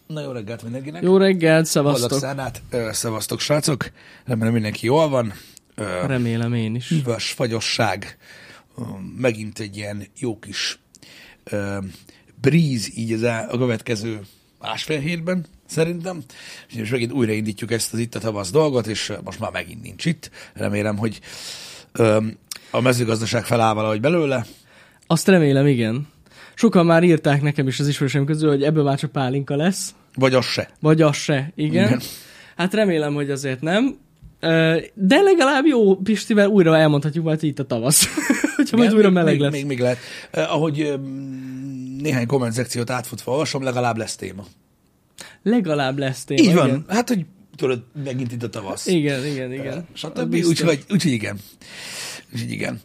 Na jó reggelt mindenkinek. Jó reggelt, szevasztok. Boldog szánát, szevasztok srácok. Remélem mindenki jól van. Remélem én is. Üvös fagyosság. Megint egy ilyen jó kis breeze így a következő másfél hétben szerintem. És megint újraindítjuk ezt az itt a tavasz dolgot, és most már megint nincs itt. Remélem, hogy a mezőgazdaság feláll valahogy belőle. Azt remélem, igen. Sokan már írták nekem is az ismerőseim közül, hogy ebből már csak pálinka lesz. Vagy az se. Vagy az se, igen. Hát remélem, hogy azért nem. De legalább jó Pistivel újra elmondhatjuk majd itt a tavasz. Hogyha majd újra meleg lesz. Még lehet. Ahogy néhány komment szekciót átfutva olvasom, legalább lesz téma. Legalább lesz téma. Így van. Igen. Hát, hogy tudod, megint itt a tavasz. Igen. Stb. Úgyhogy igen.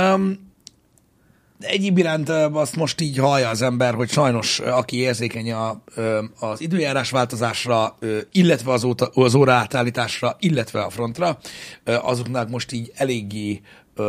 Egyéb iránt azt most így hallja az ember, hogy sajnos aki érzékeny az időjárás változásra, illetve az óra átállításra, illetve a frontra, azoknak most így eléggé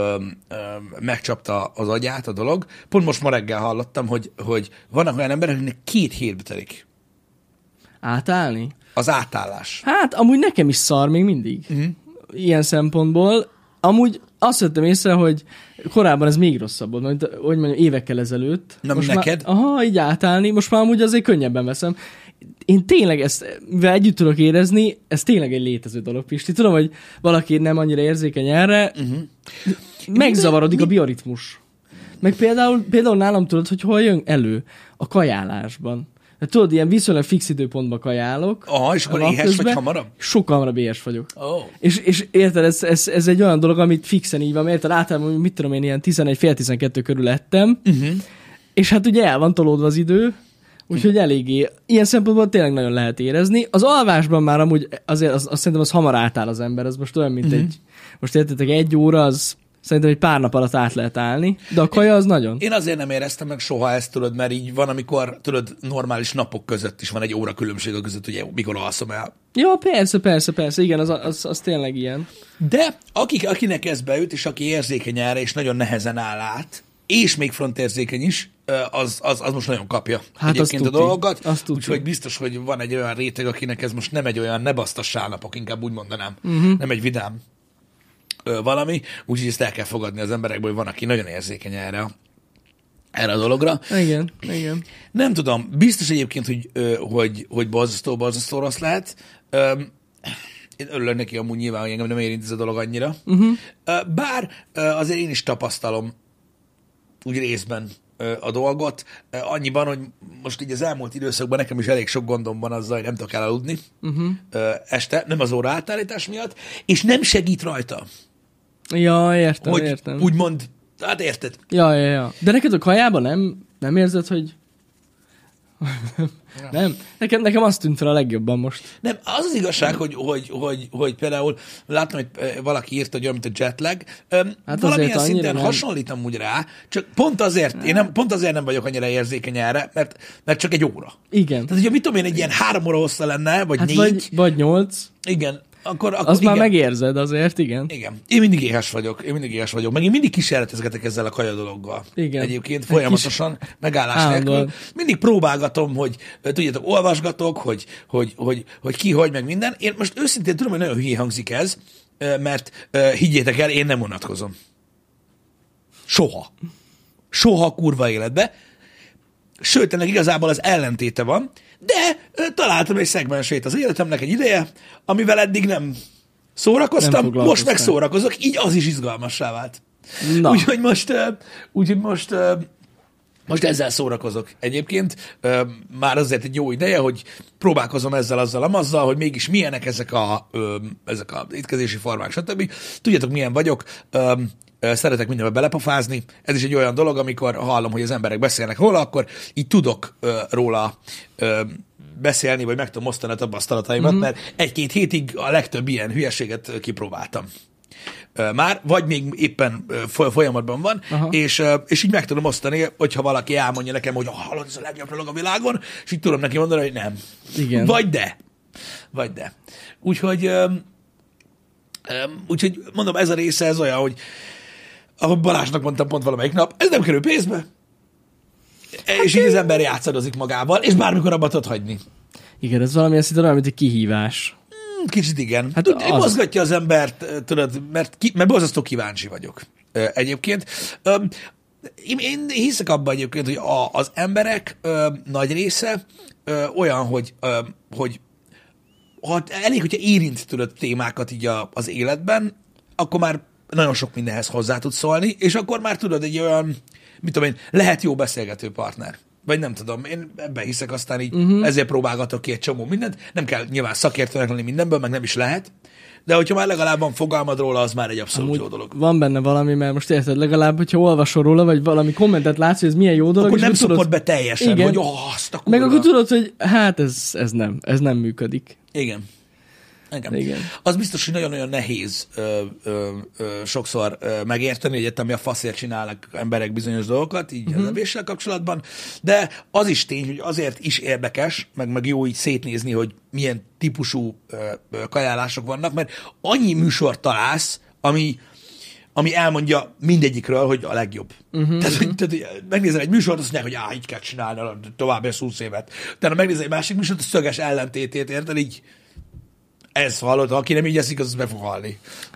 megcsapta az agyát a dolog. Pont most ma reggel hallottam, hogy vannak olyan emberek, akiknek 2 hétbe telik. Átállni? Az átállás. Hát amúgy nekem is szar még mindig. Ilyen szempontból. Amúgy azt vettem észre, hogy korábban ez még rosszabb volt, mint hogy mondjam, évekkel ezelőtt. Nem most neked? Már, így átállni, most már amúgy azért könnyebben veszem. Én tényleg ezt, mivel együtt tudok érezni, ez tényleg egy létező dolog, Pisti. Tudom, hogy valaki nem annyira érzékeny erre, megzavarodik a bioritmus. Meg például nálam tudod, hogy hol jön elő? A kajálásban. De tudod, ilyen viszonylag fix időpontban kajálok. És akkor éhes vagy hamarabb? Sokkal hamarabb éhes vagyok. Oh. És érted, ez egy olyan dolog, amit fixen így van, mert érted, általában, mit tudom én, ilyen 11, fél 12 körül ettem, és hát ugye el van tolódva az idő, úgyhogy eléggé, ilyen szempontból tényleg nagyon lehet érezni. Az alvásban már amúgy azért azt szerintem az hamar átáll az ember, az most olyan, mint most értetek, 1 óra, az szerintem egy pár nap alatt át lehet állni, de a kaja az nagyon. Én azért nem éreztem meg soha ezt, tudod, mert így van, amikor, tudod, normális napok között is van egy óra különbség a között, ugye, mikor alszom el. Ja, persze, igen, az tényleg ilyen. De akinek ez beüt, és aki érzékeny erre, és nagyon nehezen áll át, és még frontérzékeny is, az most nagyon kapja egyébként a dolgokat. Úgyhogy biztos, hogy van egy olyan réteg, akinek ez most nem egy olyan ne basztassál napok, inkább úgy mondanám, nem egy vidám valami, úgyhogy ezt el kell fogadni az emberekből, hogy van, aki nagyon érzékeny erre a dologra. Igen. Nem tudom, biztos egyébként, hogy borzasztó rossz lehet. Én örülök neki amúgy nyilván, hogy engem nem érint ez a dolog annyira. Bár azért én is tapasztalom úgy részben a dolgot, annyiban, hogy most így az elmúlt időszakban nekem is elég sok gondom van azzal, hogy nem tudok elaludni este, nem az óra átállítás miatt, és nem segít rajta. Ja, értem. Úgymond, hát érted. Ja. De neked a kajában nem érzed, hogy... Nem? Nekem azt tűnt fel a legjobban most. Nem, az igazság, hogy például látom, hogy valaki írta, hogy olyan, mint a jetlag. Hát valamilyen szinten hasonlítom úgy rá, csak pont azért nem vagyok annyira érzékeny erre, mert csak 1 óra. Igen. Tehát, hogyha mit tudom én, egy ilyen 3 óra hossza lenne, vagy 4. Vagy 8. Igen. Akkor azt igen. már megérzed azért, igen. Igen. Én mindig éhes vagyok. Meg én mindig kísérletezgetek ezzel a kaja dologgal. Igen. Egyébként folyamatosan, megállás nélkül. Mindig próbálgatom, hogy tudjátok, olvasgatok, hogy ki, hogy, meg minden. Én most őszintén tudom, hogy nagyon hülye hangzik ez, mert higgyétek el, én nem unatkozom. Soha kurva életbe. Sőt, ennek igazából az ellentéte van, de találtam egy szegmensét az életemnek egy ideje, amivel eddig nem szórakoztam, most meg szórakozok, így az is izgalmassá vált. Úgyhogy most ezzel szórakozok egyébként. Már azért egy jó ideje, hogy próbálkozom ezzel, azzal, hogy mégis milyenek ezek a étkezési formák, stb. Tudjátok, milyen vagyok. Szeretek mindenbe belepofázni. Ez is egy olyan dolog, amikor hallom, hogy az emberek beszélnek róla, akkor így tudok róla beszélni, vagy meg tudom osztani a tapasztalataimat, mert 1-2 hétig a legtöbb ilyen hülyeséget kipróbáltam. Már, vagy még éppen folyamatban van, és így meg tudom osztani, hogyha valaki elmondja nekem, hogy hallod, ez a legjobb dolog a világon, és így tudom neki mondani, hogy nem. Igen. Vagy de. Úgyhogy mondom, ez a része, ez olyan, hogy ahogy Balázsnak mondtam pont valamelyik nap, ez nem kerül pénzbe, és így az ember játszadozik magával, és bármikor abba tudod hagyni. Igen, ez valamilyen szinte olyan, mint egy kihívás. Kicsit igen. Hát Tud, az... mozgatja az embert, tudod, mert borzasztó kíváncsi vagyok egyébként. Én hiszek abban egyébként, hogy az emberek nagy része olyan, hogy ha elég, hogyha érint tudod témákat így az életben, akkor már nagyon sok mindenhez hozzá tud szólni, és akkor már tudod egy olyan, mit tudom én, lehet jó beszélgető partner. Vagy nem tudom, én ebben hiszek, aztán így ezért próbálgatok ki egy csomó mindent. Nem kell nyilván szakértőnek lenni mindenből, meg nem is lehet. De hogyha már legalább van fogalmad róla, az már egy abszolút amúgy jó dolog. Van benne valami, mert most érted, legalább, hogyha olvasol róla, vagy valami kommentet látsz, hogy ez milyen jó dolog. Akkor nem tudod, szopod be teljesen, igen, hogy azt a kurva. meg akkor tudod, hogy hát ez nem működik. Igen. Igen. Az biztos, hogy nagyon-nagyon nehéz sokszor megérteni, hogy ami a faszért csinálnak emberek bizonyos dolgokat, így az evéssel kapcsolatban, de az is tény, hogy azért is érdekes, meg jó így szétnézni, hogy milyen típusú kajálások vannak, mert annyi műsort találsz, ami elmondja mindegyikről, hogy a legjobb. Tehát megnézel egy műsort, azt mondják, hogy így kell csinálni tovább 20 évet. Tehát megnézel egy másik műsort, a szöges ellentétét, érted? Így ez hallott, ha aki nem így eszik, az be fog halni.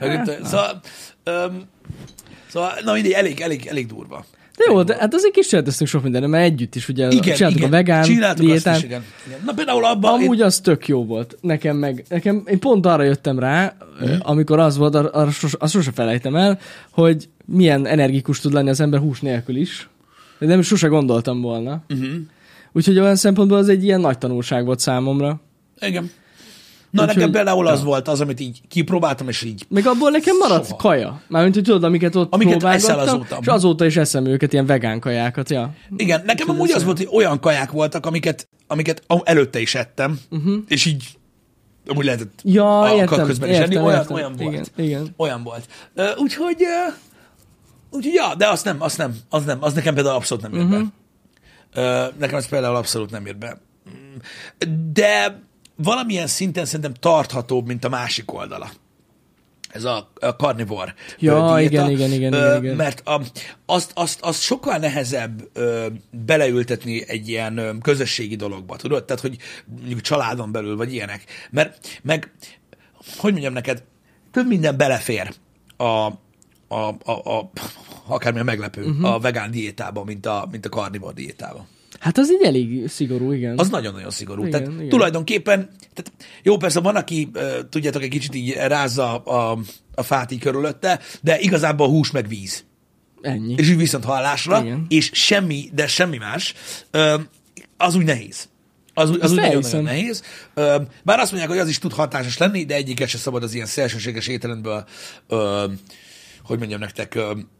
Szóval na mindegy, elég durva. De jó, de hát azért kísérleteztünk sok mindenre, mert együtt is ugye csináltuk a vegán diétát. Igen. Na például abban... Amúgy az tök jó volt. Nekem én pont arra jöttem rá, amikor az volt, azt sose felejtem el, hogy milyen energikus tud lenni az ember hús nélkül is. De nem sose gondoltam volna. Úgyhogy olyan szempontból az egy ilyen nagy tanulság volt számomra. Igen. Na, nekem például az volt az, amit így kipróbáltam, és így... Meg abból nekem maradt kaja. Mármint, hogy tudod, amiket próbálgattam, és azóta is eszem őket, ilyen vegán kajákat, ja. Igen, nekem amúgy az volt, hogy olyan kaják voltak, amiket előtte is ettem, és így amúgy lehetett közben is enni. Olyan volt. Igen. Olyan volt. Úgyhogy ja, de az nekem például abszolút nem jött be. Nekem ez például abszolút nem jött be. De valamilyen szinten szerintem tarthatóbb, mint a másik oldala. Ez a carnivore diéta. Igen. Mert azt sokkal nehezebb beleültetni egy ilyen közösségi dologba, tudod? Tehát, hogy mondjuk családon belül, vagy ilyenek. Mert meg, hogy mondjam neked, több minden belefér akármilyen meglepő a vegán diétában, mint a carnivore diétában. Hát az így elég szigorú, igen. Az nagyon-nagyon szigorú. Igen. Tulajdonképpen, jó, persze van, aki, tudjátok, egy kicsit így rázza a fát így körülötte, de igazából hús meg víz. Ennyi. És így viszont hallásra, igen. És semmi más, az úgy nehéz. Az úgy nagyon-nagyon nehéz. Bár azt mondják, hogy az is tud hatásos lenni, de egyiket se szabad az ilyen szélsőséges ételemből, hogy mondjam nektek,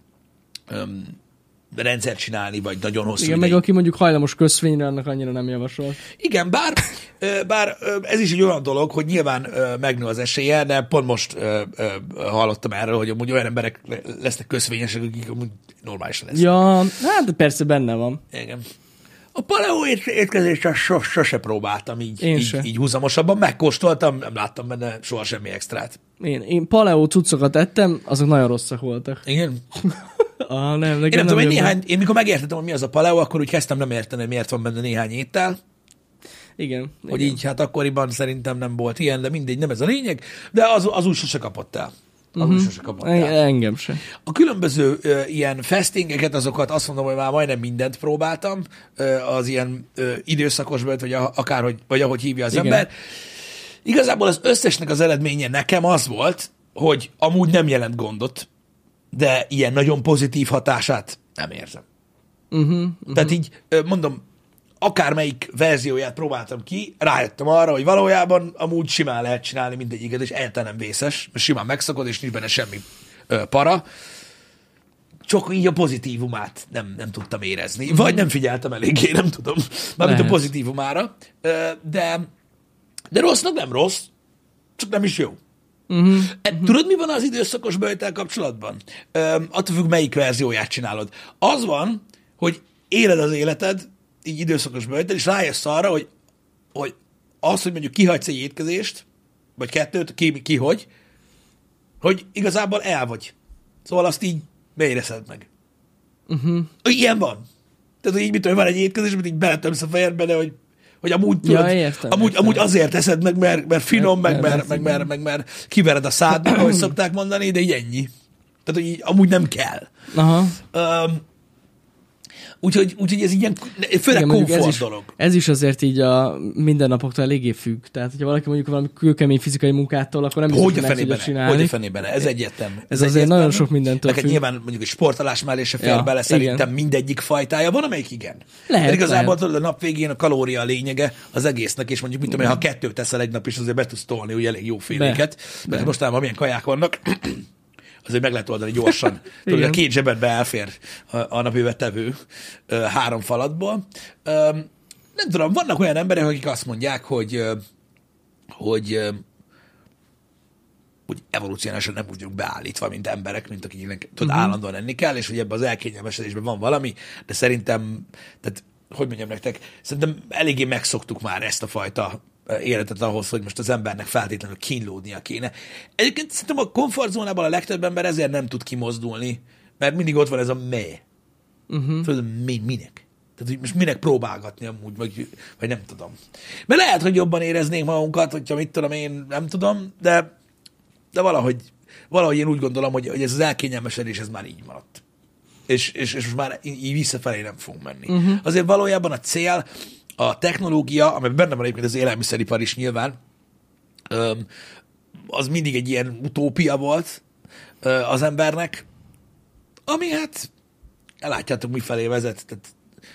rendszert csinálni, vagy nagyon hosszú igen, meg aki mondjuk hajlamos köszvényre, annak annyira nem javasol. Igen, bár ez is egy olyan dolog, hogy nyilván megnő az esélye, de pont most hallottam erről, hogy amúgy olyan emberek lesznek köszvényesek, akik amúgy normálisan lesznek. Ja, hát így benne van. Igen. A paleo étkezést sose próbáltam így húzamosabban, megkóstoltam, nem láttam benne soha semmi extrát. Én paleo cuccokat ettem, azok nagyon rosszak voltak. Igen? Nem, én nem tudom, én mikor megértettem, hogy mi az a paleo, akkor úgy kezdtem nem érteni, hogy miért van benne néhány étel. Igen. Hogy így, hát akkoriban szerintem nem volt ilyen, de mindegy, nem ez a lényeg, de az úgy sose kapott el. Engem se. A különböző ilyen fastingeket, azokat azt mondom, hogy már majdnem mindent próbáltam, az ilyen időszakos bőt, vagy ahogy hívja az ember. Igazából az összesnek az eredménye nekem az volt, hogy amúgy nem jelent gondot, de ilyen nagyon pozitív hatását nem érzem. Tehát így mondom, akármelyik verzióját próbáltam ki, rájöttem arra, hogy valójában amúgy simán lehet csinálni mindegyiket, és egyáltalán nem vészes, simán megszakod, és nincs benne semmi para. Csak így a pozitívumát nem tudtam érezni. Vagy nem figyeltem eléggé, nem tudom. Mármint a pozitívumára. De rossznak nem rossz, csak nem is jó. Tudod, mi van az időszakos böjtel kapcsolatban? Attól függ, melyik verzióját csinálod. Az van, hogy éled az életed, így időszakos böjtel, és rájössz arra, hogy az, hogy mondjuk kihagysz egy étkezést, vagy kettőt, hogy igazából el vagy. Szóval azt így beérezed meg. Ilyen van. Tehát, hogy így, van egy étkezés, amit így beletömsz a fejedbe, de hogy Vagy amúgy, tudod, értem. amúgy azért eszed meg, mert finom, meg kivered a szádnak, ahogy szokták mondani, de így ennyi. Tehát, hogy így amúgy nem kell. Aha. Úgyhogy ez ilyen, főleg komfort dolog. Ez is azért így a mindennapoktól eléggé függ. Tehát, hogyha valaki mondjuk valami kőkemény fizikai munkától, akkor nem biztos, hogy meg tudja csinálni. Hogy a fenében, ez egyértelmű. Ez azért nagyon sok mindentől függ. Nyilván mondjuk egy sportolás mellé se fér bele, szerintem mindegyik fajtája. Van, amelyik igen. Lehet, igazából tudod, a nap végén a kalória a lényege az egésznek, és mondjuk, mit tudom én, ha 2 teszel egy nap is, azért be tudsz tolni úgy elég jó féléket. Mert mostában milyen kaják vannak, azért meg lehet oldani gyorsan. Tudod, a 2 zsebedbe elfér a napi tevő 3 falatból. Nem tudom, vannak olyan emberek, akik azt mondják, hogy evolúciósan nem úgy beállítva, mint emberek, mint akiknek állandóan enni kell, és hogy ebben az elkényelmesedésben van valami, de szerintem, tehát, hogy mondjam nektek, szerintem eléggé megszoktuk már ezt a fajta életet ahhoz, hogy most az embernek feltétlenül kínlódnia kéne. Egyébként szerintem a komfortzónában a legtöbb ember ezért nem tud kimozdulni, mert mindig ott van ez a meh. Tudod, minek? Tehát, hogy most minek próbálgatni amúgy, vagy nem tudom. Mert lehet, hogy jobban éreznénk magunkat, hogyha mit tudom én, nem tudom, de valahogy én úgy gondolom, hogy ez az elkényelmesedés, ez már így maradt. És most már így visszafelé nem fogunk menni. Azért valójában a cél, a technológia, amiben benne van egyébként az élelmiszeripar is nyilván, az mindig egy ilyen utópia volt az embernek, ami hát látjátok, mifelé vezet, tehát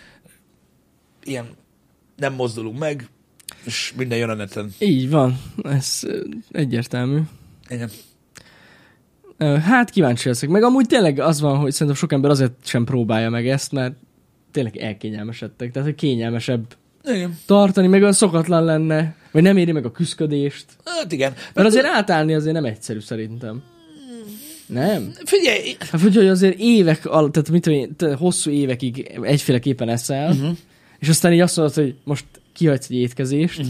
ilyen nem mozdulunk meg, és minden jön a neten. Így van, ez egyértelmű. Igen. Hát kíváncsi leszek. Meg amúgy tényleg az van, hogy szerintem sok ember azért sem próbálja meg ezt, mert tényleg elkényelmesedtek. Tehát, hogy kényelmesebb tartani, meg olyan szokatlan lenne, vagy nem éri meg a küszködést. Hát igen. Mert azért átállni azért nem egyszerű szerintem. Nem? Figyelj! Hát hogy azért évek alatt, tehát mit tudom én, hosszú évekig egyféleképpen eszel, és aztán így azt mondod, hogy most kihagysz egy étkezést.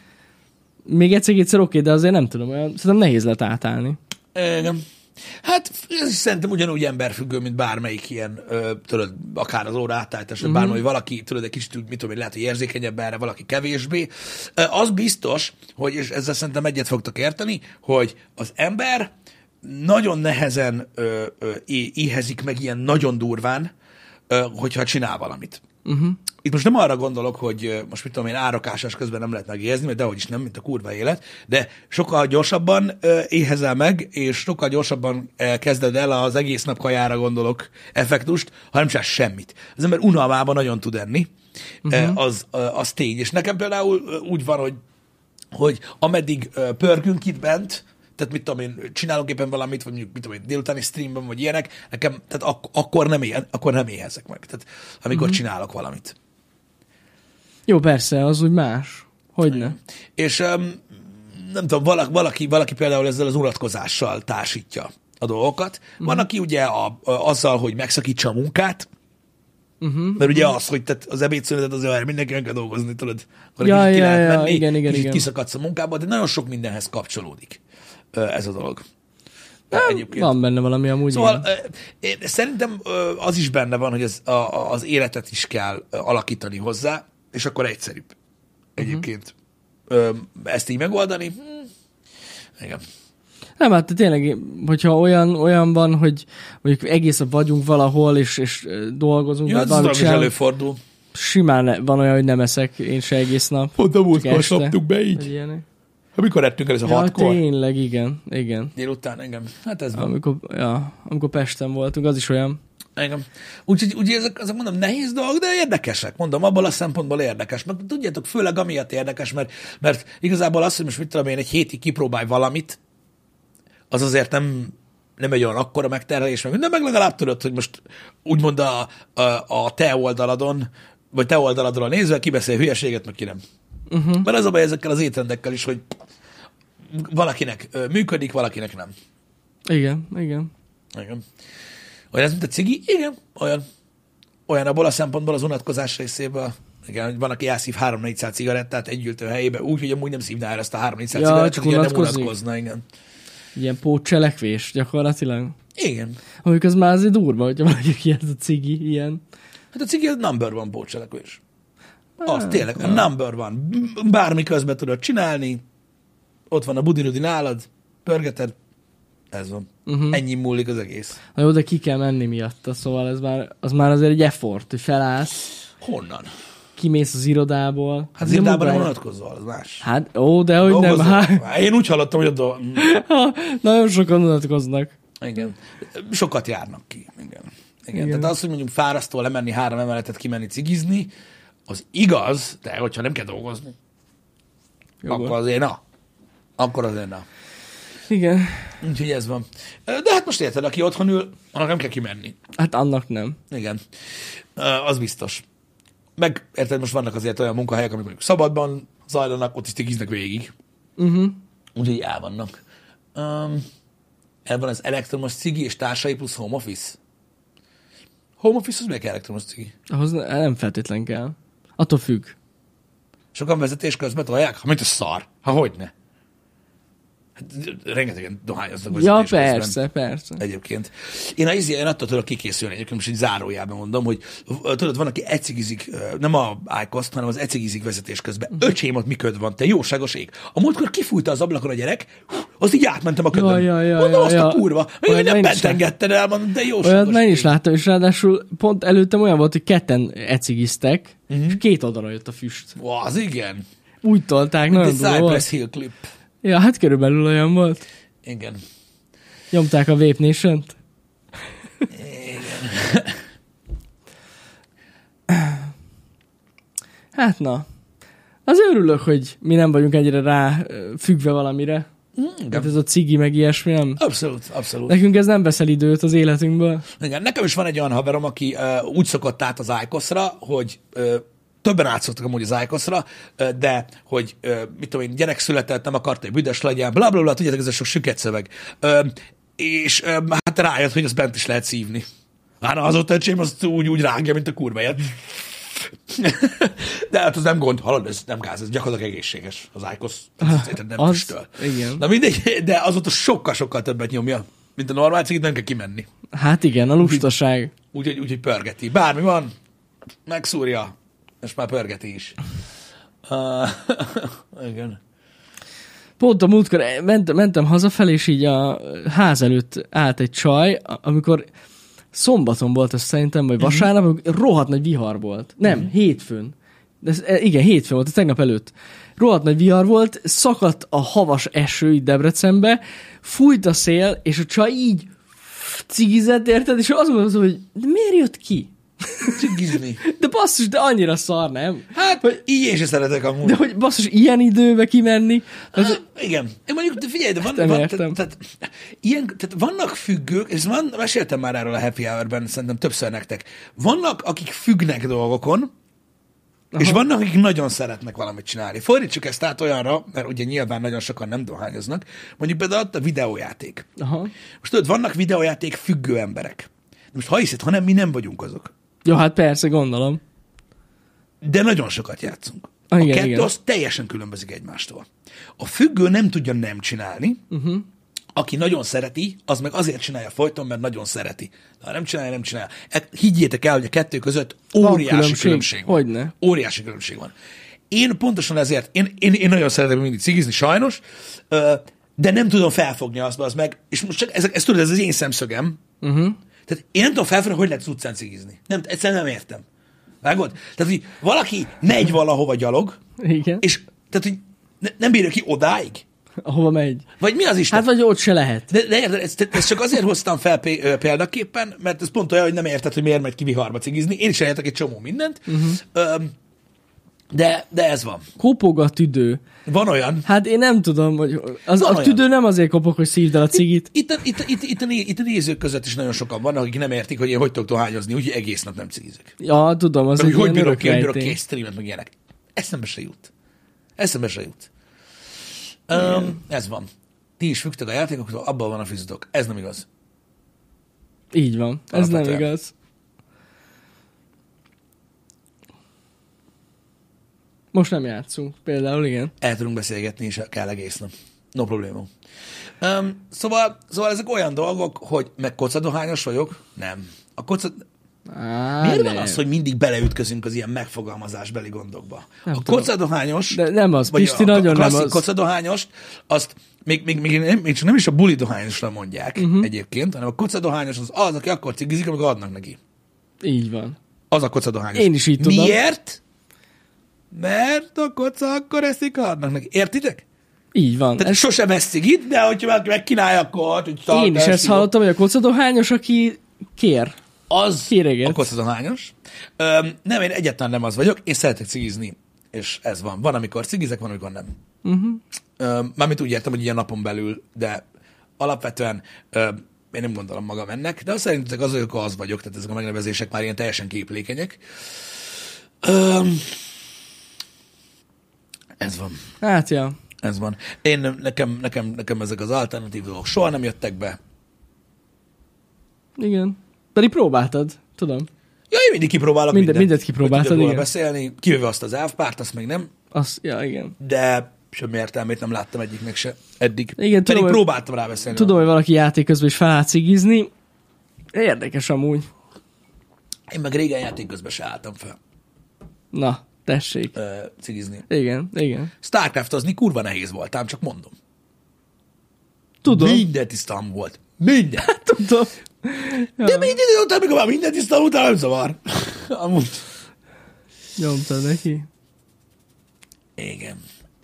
Még egyszer oké, de azért nem tudom, szerintem nehéz lett átállni. Igen. Hát ez is szerintem ugyanúgy emberfüggő, mint bármelyik ilyen, tudod, akár az óra átállítás, vagy bármely, valaki, tudod, egy kicsit, mit tudom, lehet, hogy érzékenyebb erre, valaki kevésbé. Az biztos, hogy, és ezzel szerintem egyet fogtok érteni, hogy az ember nagyon nehezen éhezik meg ilyen nagyon durván, hogyha csinál valamit. Itt most nem arra gondolok, hogy most mit tudom én, árakásás közben nem lehet megéhezni, mert dehogy is nem, mint a kurva élet, de sokkal gyorsabban éhezel meg, és sokkal gyorsabban kezded el az egész nap kajára gondolok effektust, ha nem csinálsz semmit. Az ember unalmában nagyon tud enni, az tény. És nekem például úgy van, hogy ameddig pörgünk itt bent, tehát mit tudom én, csinálunk éppen valamit, vagy mondjuk mit tudom én, délutáni streamben, vagy ilyenek, nekem, tehát akkor nem éhezek meg, tehát amikor csinálok valamit. Jó, persze, az úgy más. Hogyne. És nem tudom, valaki például ezzel az unatkozással társítja a dolgokat. Van, aki ugye azzal, hogy megszakítsa a munkát, mert ugye az, hogy az ebédszünetet azért mindenki kell dolgozni, tudod, akkor ki lehet menni, igen. kiszakadsz a munkába, de nagyon sok mindenhez kapcsolódik ez a dolog. Van benne valami amúgy. Szóval szerintem az is benne van, hogy az életet is kell alakítani hozzá, és akkor egyszerűbb egyébként ezt így megoldani. Igen. Nem, hát tényleg, hogyha olyan van, hogy mondjuk egész nap vagyunk valahol, és dolgozunk. Ja, ez is előfordul. Simán van olyan, hogy nem eszek én se egész nap. Pont a múltkor szoptuk be így. Mikor ettünk el, ez a 6-kor? Tényleg, igen. Délután, igen. Hát ez van. Amikor Pesten voltunk, az is olyan. Igen. Úgyhogy ezek mondom, nehéz dolgok, de érdekesek. Mondom, abból a szempontból érdekes. Mert tudjátok, főleg amiatt érdekes, mert igazából az, hogy most mit tudom én, egy hétig kipróbálj valamit, az azért nem egy olyan akkora megterhelés, de meg legalább tudod, hogy most úgymond a te oldaladon, vagy te oldaladról nézve kibeszél hülyeséget, meg ki nem. Mert az a baj ezekkel az étrendekkel is, hogy valakinek működik, valakinek nem. Igen. Olyan ez, mint a cigi? Igen, olyan abból a szempontból az unatkozás részéből. Igen, van, aki elszív 3-400 cigarettát egy ültő helyébe, úgy, hogy amúgy nem szívná el ezt a 3-400 cigarettát, hogy nem unatkozna, igen. Ilyen pótcselekvés gyakorlatilag. Igen. Amikor az már azért durva, hogyha valaki ilyen a cigi, ilyen. Hát a cigi az number one pótcselekvés. Az tényleg, a number one. Bármi közben tudod csinálni, ott van a budinudi nálad, pörgeted, ez van. Ennyi múlik az egész. Na jó, de ki kell menni miatta, szóval az már azért egy effort, hogy felállsz. Honnan? Kimész az irodából. Hát az irodában nem vonatkozol, az más. Hát, de hogy nem. Én úgy hallottam, hogy nagyon sokan vonatkoznak. Igen. Sokat járnak ki. Igen. Tehát az, hogy mondjuk fárasztó lemenni 3 emeletet, kimenni cigizni, az igaz, de hogyha nem kell dolgozni, akkor azért na. Igen. Úgyhogy ez van. De hát most érted, aki otthon ül, annak nem kell kimenni. Hát annak nem. Igen. Az biztos. Meg érted, most vannak azért olyan munkahelyek, amik mondjuk szabadban zajlanak, ott is cigiznek végig. Úgyhogy el vannak. El van az elektromos cigi és társai plusz home office. Home office az meg elektromos cigi? Ahhoz nem feltétlen kell. Attól függ. Sokan vezetés közben tolják? Ha mint a szar. Ha hogyne. Hát, rengetegen dohányoznak vezetés közben. Persze. Egyébként. Én attól tudok kikészülni, egyébként most egy zárójában mondom, hogy tudod, van, aki ecigizik, nem a IQOS-t, hanem az ecigizik vezetés közben. Öcsém, ott mi köd van, te jóságos ég. A múltkor kifújta az ablakon a gyerek, azt így átmentem a ködön. Mondom, azt a kurva. Még nem bent engedted el, mondom, de jóságos. Olyat meg is láttam, és ráadásul pont előttem olyan volt, hogy ketten ecigiztek, és 2 oldalra jött a füst. Az igen. Úgy tolták, nagyon durva volt. Cypress Hill klip. Ja, hát körülbelül olyan volt. Igen. Nyomták a Vape Nation-t. Igen. Hát na. Azért örülök, hogy mi nem vagyunk ennyire rá függve valamire. Hát ez a cigi meg ilyesmi, nem? Abszolút. Nekünk ez nem veszel időt az életünkből. Igen, nekem is van egy olyan haverom, aki úgy szokott át az IQOS-ra, hogy többen átszoktak amúgy az IQOS-ra, de hogy, mit tudom én, gyerek született, nem akarta, hogy büdös legyen, blablabla, tudjátok, ez a sok süket szöveg. És hát rájött, hogy azt bent is lehet szívni. Hát az ott öcsém, azt úgy rágja, mint a kurváját. De hát az nem gond, hallod, ez nem gáz, ez gyakorlatilag egészséges, az IQOS. Nem füstöl. Igen. Na mindegy, de azóta sokkal-sokkal többet nyomja, mint a normál cigit, nem kell kimenni. Hát igen, a lustaság. Úgyhogy pörgeti. Bármi van, megszúrja. És már pörgeti is. Igen. Pont a múltkor mentem hazafelé, és így a ház előtt állt egy csaj, amikor szombaton volt ez szerintem, vagy vasárnap, amikor rohadt nagy vihar volt. Nem, hétfőn. Igen, hétfőn volt, tegnap előtt. Rohadt nagy vihar volt, szakadt a havas eső itt Debrecenbe, fújt a szél, és a csaj így cigizett, érted? És azt mondom, hogy de miért jött ki? Cigizni. De basszus, de annyira szar, nem? Hát, hogy így én sem szeretek amúgy. De hogy basszus, ilyen időbe kimenni? Igen. Én mondjuk, de figyelj, de tehát vannak függők, és meséltem már erről a Happy Hour-ben, szerintem többször nektek. Vannak, akik függnek dolgokon, és vannak, akik nagyon szeretnek valamit csinálni. Fordítsuk ezt át olyanra, mert ugye nyilván nagyon sokan nem dohányoznak, mondjuk például a videójáték. Aha. Most tudod, vannak videójáték függő emberek. Most ha hiszed, hanem mi nem vagyunk azok. Jó, hát persze, gondolom. De nagyon sokat játszunk. Igen, a kettő igen. az teljesen különbözik egymástól. A függő nem tudja nem csinálni, aki nagyon szereti, az meg azért csinálja folyton, mert nagyon szereti. De ha nem csinálja, nem csinálja. Higgyétek el, hogy a kettő között óriási különbség van. Hogyne? Óriási különbség van. Én pontosan ezért, én nagyon szeretem mindig cigizni, sajnos, de nem tudom felfogni azt, az meg, és most csak ez tudod, ez az én szemszögem. Tehát én nem tudom felfogni, hogy lehet az utcán cigizni. Egyszerűen nem értem. Vágod? Tehát, hogy valaki megy valahova gyalog, Igen. és tehát, hogy nem bírja ki odáig. Ahova megy. Vagy mi az Isten? Hát vagy ott se lehet. De érted, ezt csak azért hoztam fel példaképpen, mert ez pont olyan, hogy nem érted, hogy miért megy ki viharba cigizni. Én is elértek egy csomó mindent. De ez van. Kopog a tüdő. Van olyan. Hát én nem tudom, hogy a tüdő nem azért kopog, hogy szívd el a cigit. Itt a nézők között is nagyon sokan vannak, akik nem értik, hogy én hogy tudok dohányozni, úgyhogy egész nap nem cigizek. Ja, tudom, az egy hogy ilyen bírok két streamet, meg ilyenek. Eszembe se jut. Ez van. Ti is függtek a játékoktól, abban van a fizetok. Ez nem igaz. Így van. Ez nem igaz. Most nem játszunk, például, igen. El tudunk beszélgetni, és kell egész nap. No probléma. Szóval ezek olyan dolgok, hogy meg kocadohányos vagyok? Nem. Miért van az, hogy mindig beleütközünk az ilyen megfogalmazásbeli gondokba? Nem A tudom. kocadohányos, De nem az, vagy Pisti, a nagyon nem klasszik az. kocadohányost, azt még csak nem is a bulidohányosra mondják egyébként, hanem a kocadohányos az, aki akkor cigizik, amikor adnak neki. Így van. Az a kocadohányos. Én is így tudom. Miért? Mert a koca akkor eszik, ha adnak neki. Értitek? Így van. Tehát sosem vesz cigit, de hogyha valaki megkínálja, akkor... Hogy Én is ezt hallottam, hogy a kocadohányos, aki kér. Az Kéreget. a kocadohányos. Nem, én egyáltalán nem az vagyok. Én szeretek cigizni, és ez van. Van, amikor cigizek, van, amikor nem. Mármint úgy értem, hogy ilyen napon belül, de alapvetően én nem gondolom magam ennek, de azt szerintetek az vagyok, az vagyok, tehát ezek a megnevezések már ilyen teljesen képlékenyek. Ez van. Hát, ja. Ez van. Nekem ezek az alternatív dolgok soha nem jöttek be. Igen. Pedig próbáltad, tudom. Ja, én mindig kipróbálok mindent. Mindent kipróbáltad, hogy tudok róla igen. beszélni, kivéve azt az elfpárt, azt még nem, Ja, igen. de semmi értelmét nem láttam egyiknek se eddig. Igen, Pedig tudom, próbáltam rá beszélni. Tudom, hogy valaki játék közben is felállt cigizni. Érdekes amúgy. Én meg régen játék közben se álltam fel Na, tessék. cigizni. Igen. Starcraftozni kurva nehéz volt, ám csak mondom. Tudom. Minden tisztam volt. Minden. Tudom. De minden idő után, amikor már minden tisztam után, nem zavar. Amúgy. Nyomtad neki. Igen.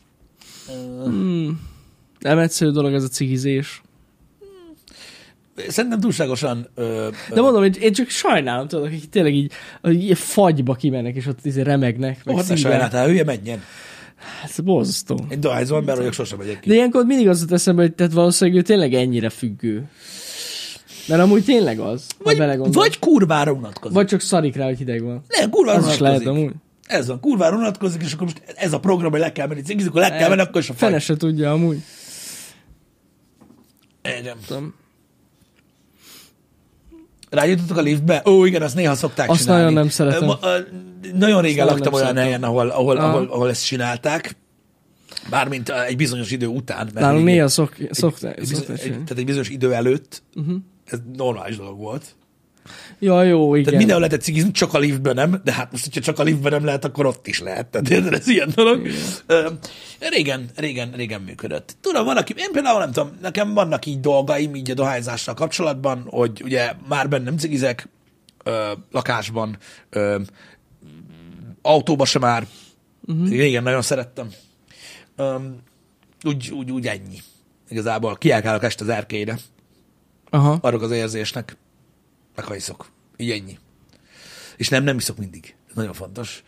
Nem egyszerű dolog ez a cigizés. Szerintem túlságosan... De mondom, én csak sajnálom, tudod, akik tényleg így fagyba kimennek, és ott remegnek. Meg Ott ne szívvel. sajnáltál, hülye, menjen. Hát ez borzasztó. Egy dohányzó ember vagyok, sosem megyek ki. De ilyenkor mindig az jut eszembe, hogy tehát valószínűleg ő tényleg ennyire függő. Mert amúgy tényleg az, ha belegondolsz. Vagy kurvára unatkozik. Vagy csak szarik rá, hogy hideg van. Nem, kurvára Az is lehet unatkozik. amúgy. Ez van, kurvára unatkozik, és akkor most ez a program, hogy le kell menni cigizni, akkor le kell menni, akkor is a fagy. Fene se tudja amúgy. Igen. Tudom. Rájutottak a liftbe? Ó, igen, azt néha szokták Azt csinálni. nagyon nem szeretem. Nagyon régen Azt laktam nagyon olyan nem helyen, ahol ezt csinálták. Bármint egy bizonyos idő után. Mert Nálunk még néha szokták. tehát egy bizonyos idő előtt ez normális dolog volt. Ja, jó, igen. Tehát mindenhol lehetett cigizni, csak a liftben nem, de hát most, hogyha csak a liftben nem lehet, akkor ott is lehet. Tehát érted, ez ilyen dolog. Régen működött. Tudom, van, aki, én például nem tudom, nekem vannak így dolgaim így a dohányzással kapcsolatban, hogy ugye már bennem cigizek, lakásban, autóba sem már. Régen nagyon szerettem. Úgy ennyi. Igazából kiállkálok este az erkélyre. Aha. Arra az érzésnek. Meg ha iszok. Így ennyi. És nem iszok mindig. Ez nagyon fontos.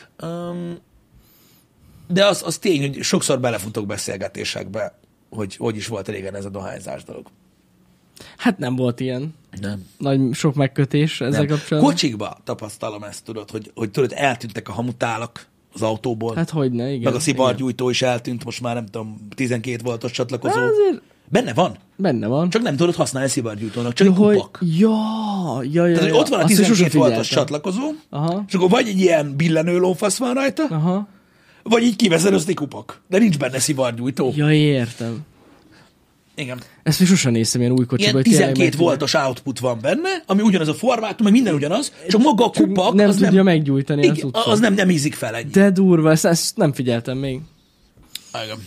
De az tény, hogy sokszor belefutok beszélgetésekbe, hogy is volt régen ez a dohányzás dolog. Hát nem volt ilyen Nem. sok megkötés ezzel kapcsolatban. Kocsikba tapasztalom ezt, tudod, hogy tudod, eltűntek a hamutálak az autóból. Hát hogyne, igen. meg a szivargyújtó is eltűnt, most már nem tudom, 12 voltos csatlakozó. Hát azért Benne van. Csak nem tudod használni szivargyújtónak, csak egy hogy... kupak. Ja. Tehát, hogy ott van a Azt is sose 12 voltos figyeltem. csatlakozó, Aha. és akkor vagy egy ilyen billenő lófasz van rajta, Aha. vagy így kiveszed azt egy kupak. De nincs benne szivargyújtó. Ja, értem. Igen. Ezt még sosem néztem ilyen új kocsiba. Ilyen hogy tényleg 12 meg tudja- voltos output van benne, ami ugyanaz a formátum, meg minden ugyanaz, csak maga a kupak, nem az tudja meggyújtani az igen, utcát. az nem ízik fel ennyi. De durva, ezt nem figyeltem még. Igen.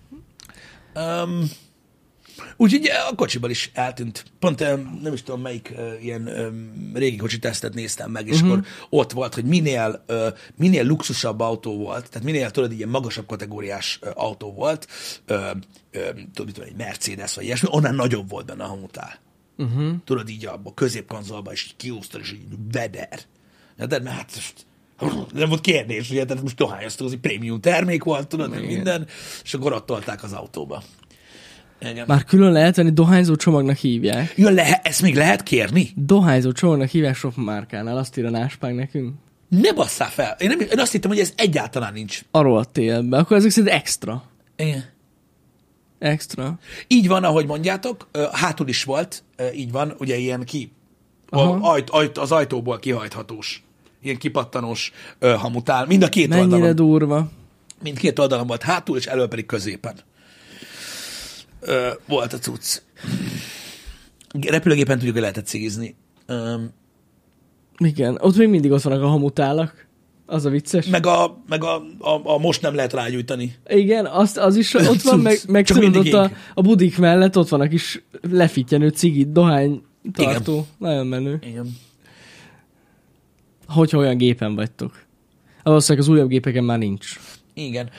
Úgyhogy a kocsiban is eltűnt. Pont nem is tudom, melyik ilyen régi kocsi tesztet néztem meg, és akkor ott volt, hogy minél luxusabb autó volt, tehát minél tudod, ilyen magasabb kategóriás autó volt, tudod, egy Mercedes vagy ilyesmi, onnan nagyobb volt benne a hamutál. Tudod, így a középkonzolban is kiúztad, és így veder. De hát nem volt kérdés, ugye, tehát most dohányoztuk, az egy prémium termék volt, tudod, meg minden, és akkor ott tolták az autóba. Igen. Már külön lehet venni, dohányzó csomagnak hívják. Ja, ezt még lehet kérni? Dohányzó csomagnak hívják sok márkánál, azt ír a Náspák nekünk. Ne basszál fel. Én azt hittem, hogy ez egyáltalán nincs. Arról a télbe. Akkor ezek szerint extra. Igen. Extra. Így van, ahogy mondjátok, hátul is volt, így van, ugye ilyen az ajtóból kihajthatós, ilyen kipattanós hamutál. Mind a két Mennyire oldalon. durva. Mindkét oldalon volt hátul, és elől pedig középen. Volt a cucc. Repülőgépen tudjuk, hogy lehetett cigizni. Igen, ott még mindig ott vannak a hamutálak. Az a vicces. Meg a most nem lehet rágyújtani. Igen, az is ott van, meg tudod, ott a budik mellett ott van a kis lefityenő cigi, dohány tartó. Igen. Nagyon menő. Igen. Hogyha olyan gépen vagytok. Valószínűleg az újabb gépeken már nincs. Igen.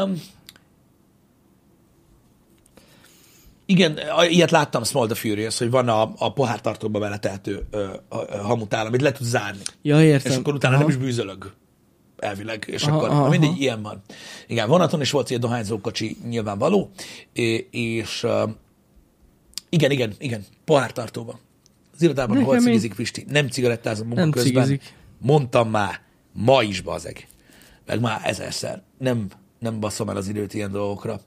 Igen, ilyet láttam Small the Furious, hogy van a pohártartóba beletehető hamutál, amit le tud zárni. Ja, értem. És akkor utána nem is bűzölög. Elvileg. És akkor mindegy, ilyen van. Igen, vonaton is volt ilyen dohányzókocsi nyilvánvaló, és igen, pohártartóba. Az irodában hol cigizik, Pisti? Nem cigarettázom munka nem közben. Cigizik. Mondtam már, ma is bazeg. Meg már ezerszer. Nem basszom el az időt ilyen dolgokra.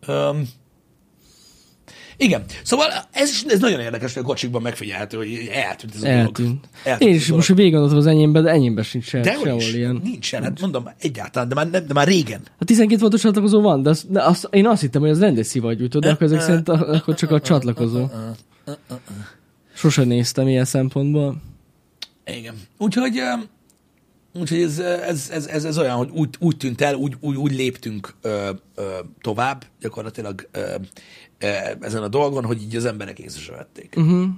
Igen, szóval ez nagyon érdekes, hogy a kocsikban megfigyelhető, hogy eltűnt ez a dolog. Én is most végig gondoltam az enyémben, de enyémben sincs sehol ilyen. Nincsen, hát mondom, egyáltalán, de már régen. A 12 voltos csatlakozó van, de én azt hittem, hogy az rendes szivagyújtó, de akkor ezek szerint akkor csak a csatlakozó. Sose néztem ilyen szempontból. Igen. Úgyhogy ez olyan, hogy úgy tűnt el, úgy léptünk tovább gyakorlatilag ezen a dolgon, hogy így az emberek észre vették.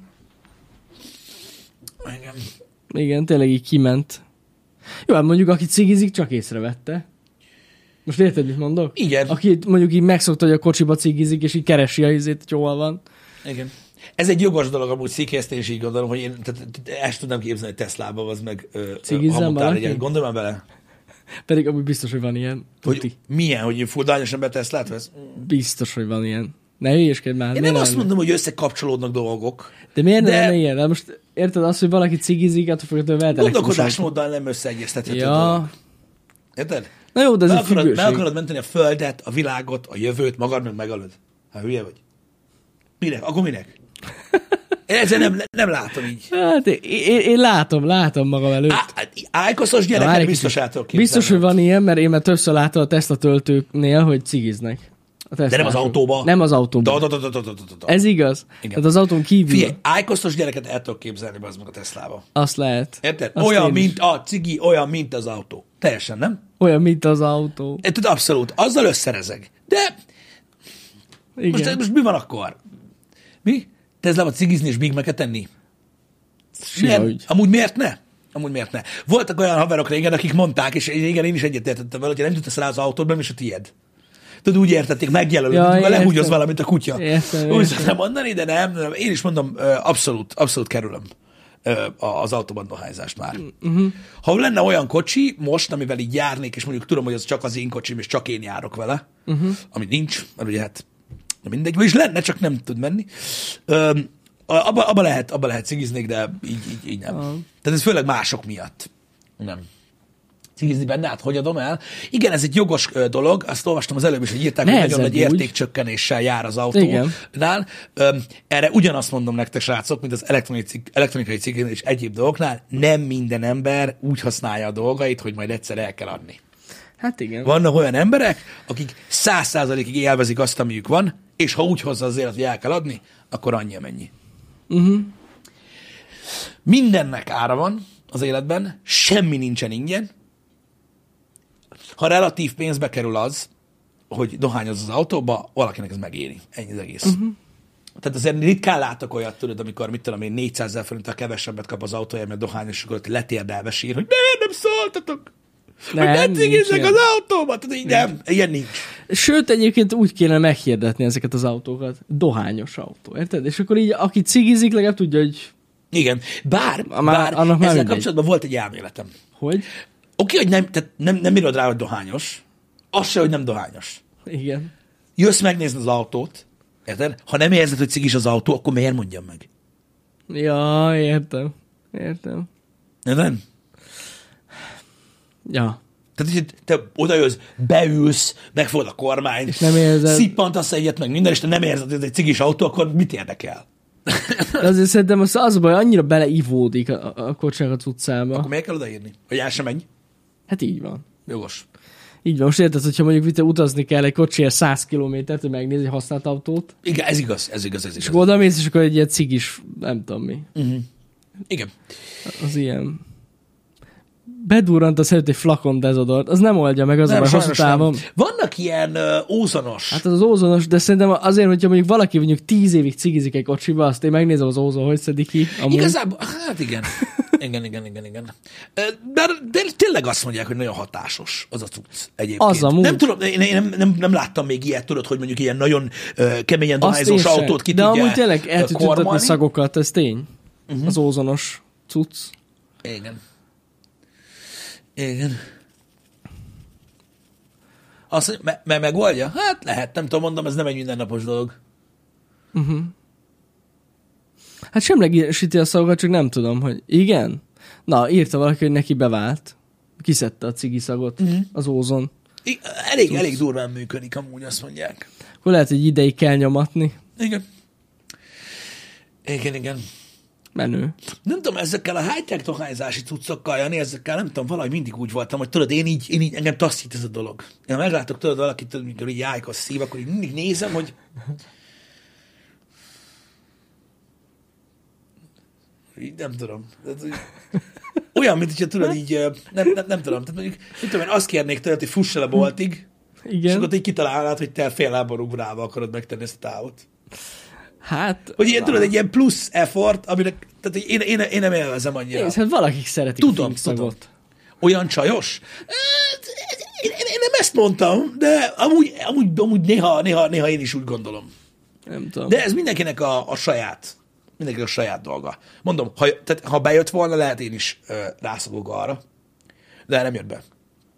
Igen. Igen, tényleg így kiment. Jó, hát mondjuk aki cigizik, csak észrevette. Most érted, mit mondok? Igen. Aki mondjuk így megszokta, hogy a kocsiba cigizik, és így keresi a izét, hogy hol van. Igen. Ez egy jogos dolog, amúgy székhelyezni, és így gondolom, hogy én ezt tudnám képzelni, hogy Teslába az meg hamutál legyen. Gondolj már bele. Pedig amúgy biztos, hogy van ilyen. Hogy milyen, hogy fuldányosan be Teslát vesz? Biztos, hogy van ilyen. Ne hülyeskedj már. Én nem azt mondom, hogy összekapcsolódnak dolgok. De miért nem ilyen? De most érted azt, hogy valaki cigizik, attól fogja, hogy gondolkodásmóddal nem összeegyeztethető dolog. Érted? Na jó, de ez egy függőség. Meg akarod menteni a földet, a világot, a jövőt, magad meg megalod. Hát hülye vagy. Minek? Akkor minek? Én ezzel nem látom így. Hát én látom magam előtt. Ájkoszos gyereket biztos el tudok képzelni. Biztos, hogy van ilyen, mert én már többször láttam a Tesla töltőknél, hogy cigiznek. De nem az autóba. Nem az autóba. Ez igaz? Igen. Tehát az autón kívül. Figyelj, ájkosztos gyereket el tudok képzelni az meg a Teslába. Azt lehet. Érted? Olyan, mint a cigi, olyan, mint az autó. Teljesen, nem? Olyan, mint az autó. Érted, abszolút. Azzal összerezeg. De most mi van akkor? Mi? Teslába cigizni és Big Mac-et tenni? Amúgy miért ne? Voltak olyan haverok régen, akik mondták, és igen, én is egyetértettem vele, hogyha nem jutasz rá az autót, nem is a tiéd. Tudod, úgy értették, megjelölöd, lehúgyoz valamit a kutya. Úgy szoktam mondani, de nem. Én is mondom, abszolút kerülöm az autóban dohányzást már. Ha lenne olyan kocsi most, amivel így járnék, és mondjuk tudom, hogy az csak az én kocsim, és csak én járok vele, amit nincs, mert ugye hát mindegy, vagyis lenne, csak nem tud menni. Abba lehet cigiznék, de így nem. Tehát ez főleg mások miatt. Nem. Cigizni benne, hát hogy adom el? Igen, ez egy jogos dolog, azt olvastam az előbb is, hogy írták, hogy nagyon nagy értékcsökkenéssel jár az autónál. Erre ugyanazt mondom nektek, srácok, mint az elektronikai cikkén és egyéb dolgoknál, nem minden ember úgy használja a dolgait, hogy majd egyszer el kell adni. Hát igen. Vannak olyan emberek, akik 100%-ig élvezik azt, amiük van, és ha úgy hozza az élet, hogy el kell adni, akkor annyi amennyi. Mindennek ára van az életben, semmi nincsen ingyen. Ha relatív pénzbe kerül az, hogy dohányoz az autóba, valakinek ez megéri. Ennyi az egész. Tehát azért ritkán látok olyat, tudod, amikor, mit tudom én, 400 000 forinttal kevesebbet kap az autója, mert dohányos, és akkor letérdelve sír, hogy nem szóltatok. Nem cigizzek az autóba. Tehát így nem, ilyen nincs. Sőt, egyébként úgy kéne meghirdetni ezeket az autókat. Dohányos autó, érted? És akkor így, aki cigizik, legalább tudja, hogy... Igen. Bár ezzel kapcsolatban volt egy elméletem. Hogy? Oké, hogy nem írod rá, hogy dohányos. Az se, hogy nem dohányos. Igen. Jössz megnézni az autót, érted? Ha nem érzed, hogy cigis az autó, akkor miért mondjam meg? Ja, értem. Nem? Ja. Tehát, hogy te odajössz, beülsz, megfogod a kormányt, és nem érzed. Szippantasz egyet meg minden, és te nem érzed, hogy ez egy cigis autó, akkor mit érdekel? De azért szerintem az a baj, annyira beleivódik a kocsinak a cuccába. Akkor miért kell odaírni? Hogy el sem menj? Hát így van. Jogos. Így van. Most érted, hogyha mondjuk utazni kell egy kocsiért 100 kilométert, hogy megnézni egy használt autót. Igen, ez igaz. És akkor oda mész, és akkor egy ilyen cigis, nem tudom mi. Igen. Az ilyen. bedurrant előtt egy flakon dezodort, az nem oldja meg az a hosszú távon. Vannak ilyen ózonos. Hát az ózonos, de szerintem azért, hogyha mondjuk valaki mondjuk 10 évig cigizik egy kocsiba, azt én megnézem az ózon, hogy szedik ki. Amúgy. Igazából, hát igen. Igen. De tényleg azt mondják, hogy nagyon hatásos az a cucc egyébként. Az amúgy. Nem tudom, én nem láttam még ilyet, tudod, hogy mondjuk ilyen nagyon keményen dohányzós autót ki de tudja amúgy tényleg el tud tudatni szagokat, ez tény. Az ózonos cucc. Igen. Azt mondja, mert megoldja? Hát lehet, nem tudom, mondom, ez nem egy mindennapos dolog. Hát semlegesíti a szagokat, csak nem tudom, hogy igen. Na, írta valaki, hogy neki bevált. Kiszedte a cigi szagot az ózon. Elég durván működik, amúgy azt mondják. Akkor lehet, hogy ideig kell nyomatni. Igen. Menő. Nem tudom, ezekkel a high-tech dohányzási cuccokkal, Jani, ezekkel nem tudom, valahogy mindig úgy voltam, hogy tudod, én így engem taszít ez a dolog. Én meglátok, tudod, valakit, tudod, mikor így jájkos szív, akkor így mindig nézem, hogy így nem tudom. Olyan, mint hogyha tudod, így nem tudom. Tehát mondjuk, mit tudom én, azt kérnék tőled, hogy fuss el a boltig, igen. És akkor így kitalálnád, hogy te fél lábon ugrálva akarod megtenni ezt a távot. Hát... Hogy ilyen, tudod, egy ilyen plusz effort, aminek, tehát én nem élvezem annyira. Hát valakik szeretik tudom. Olyan csajos? Én nem ezt mondtam, de amúgy néha én is úgy gondolom. Nem tudom. De ez mindenkinek a saját dolga. Mondom, ha bejött volna, lehet én is rászokok arra. De nem jött be.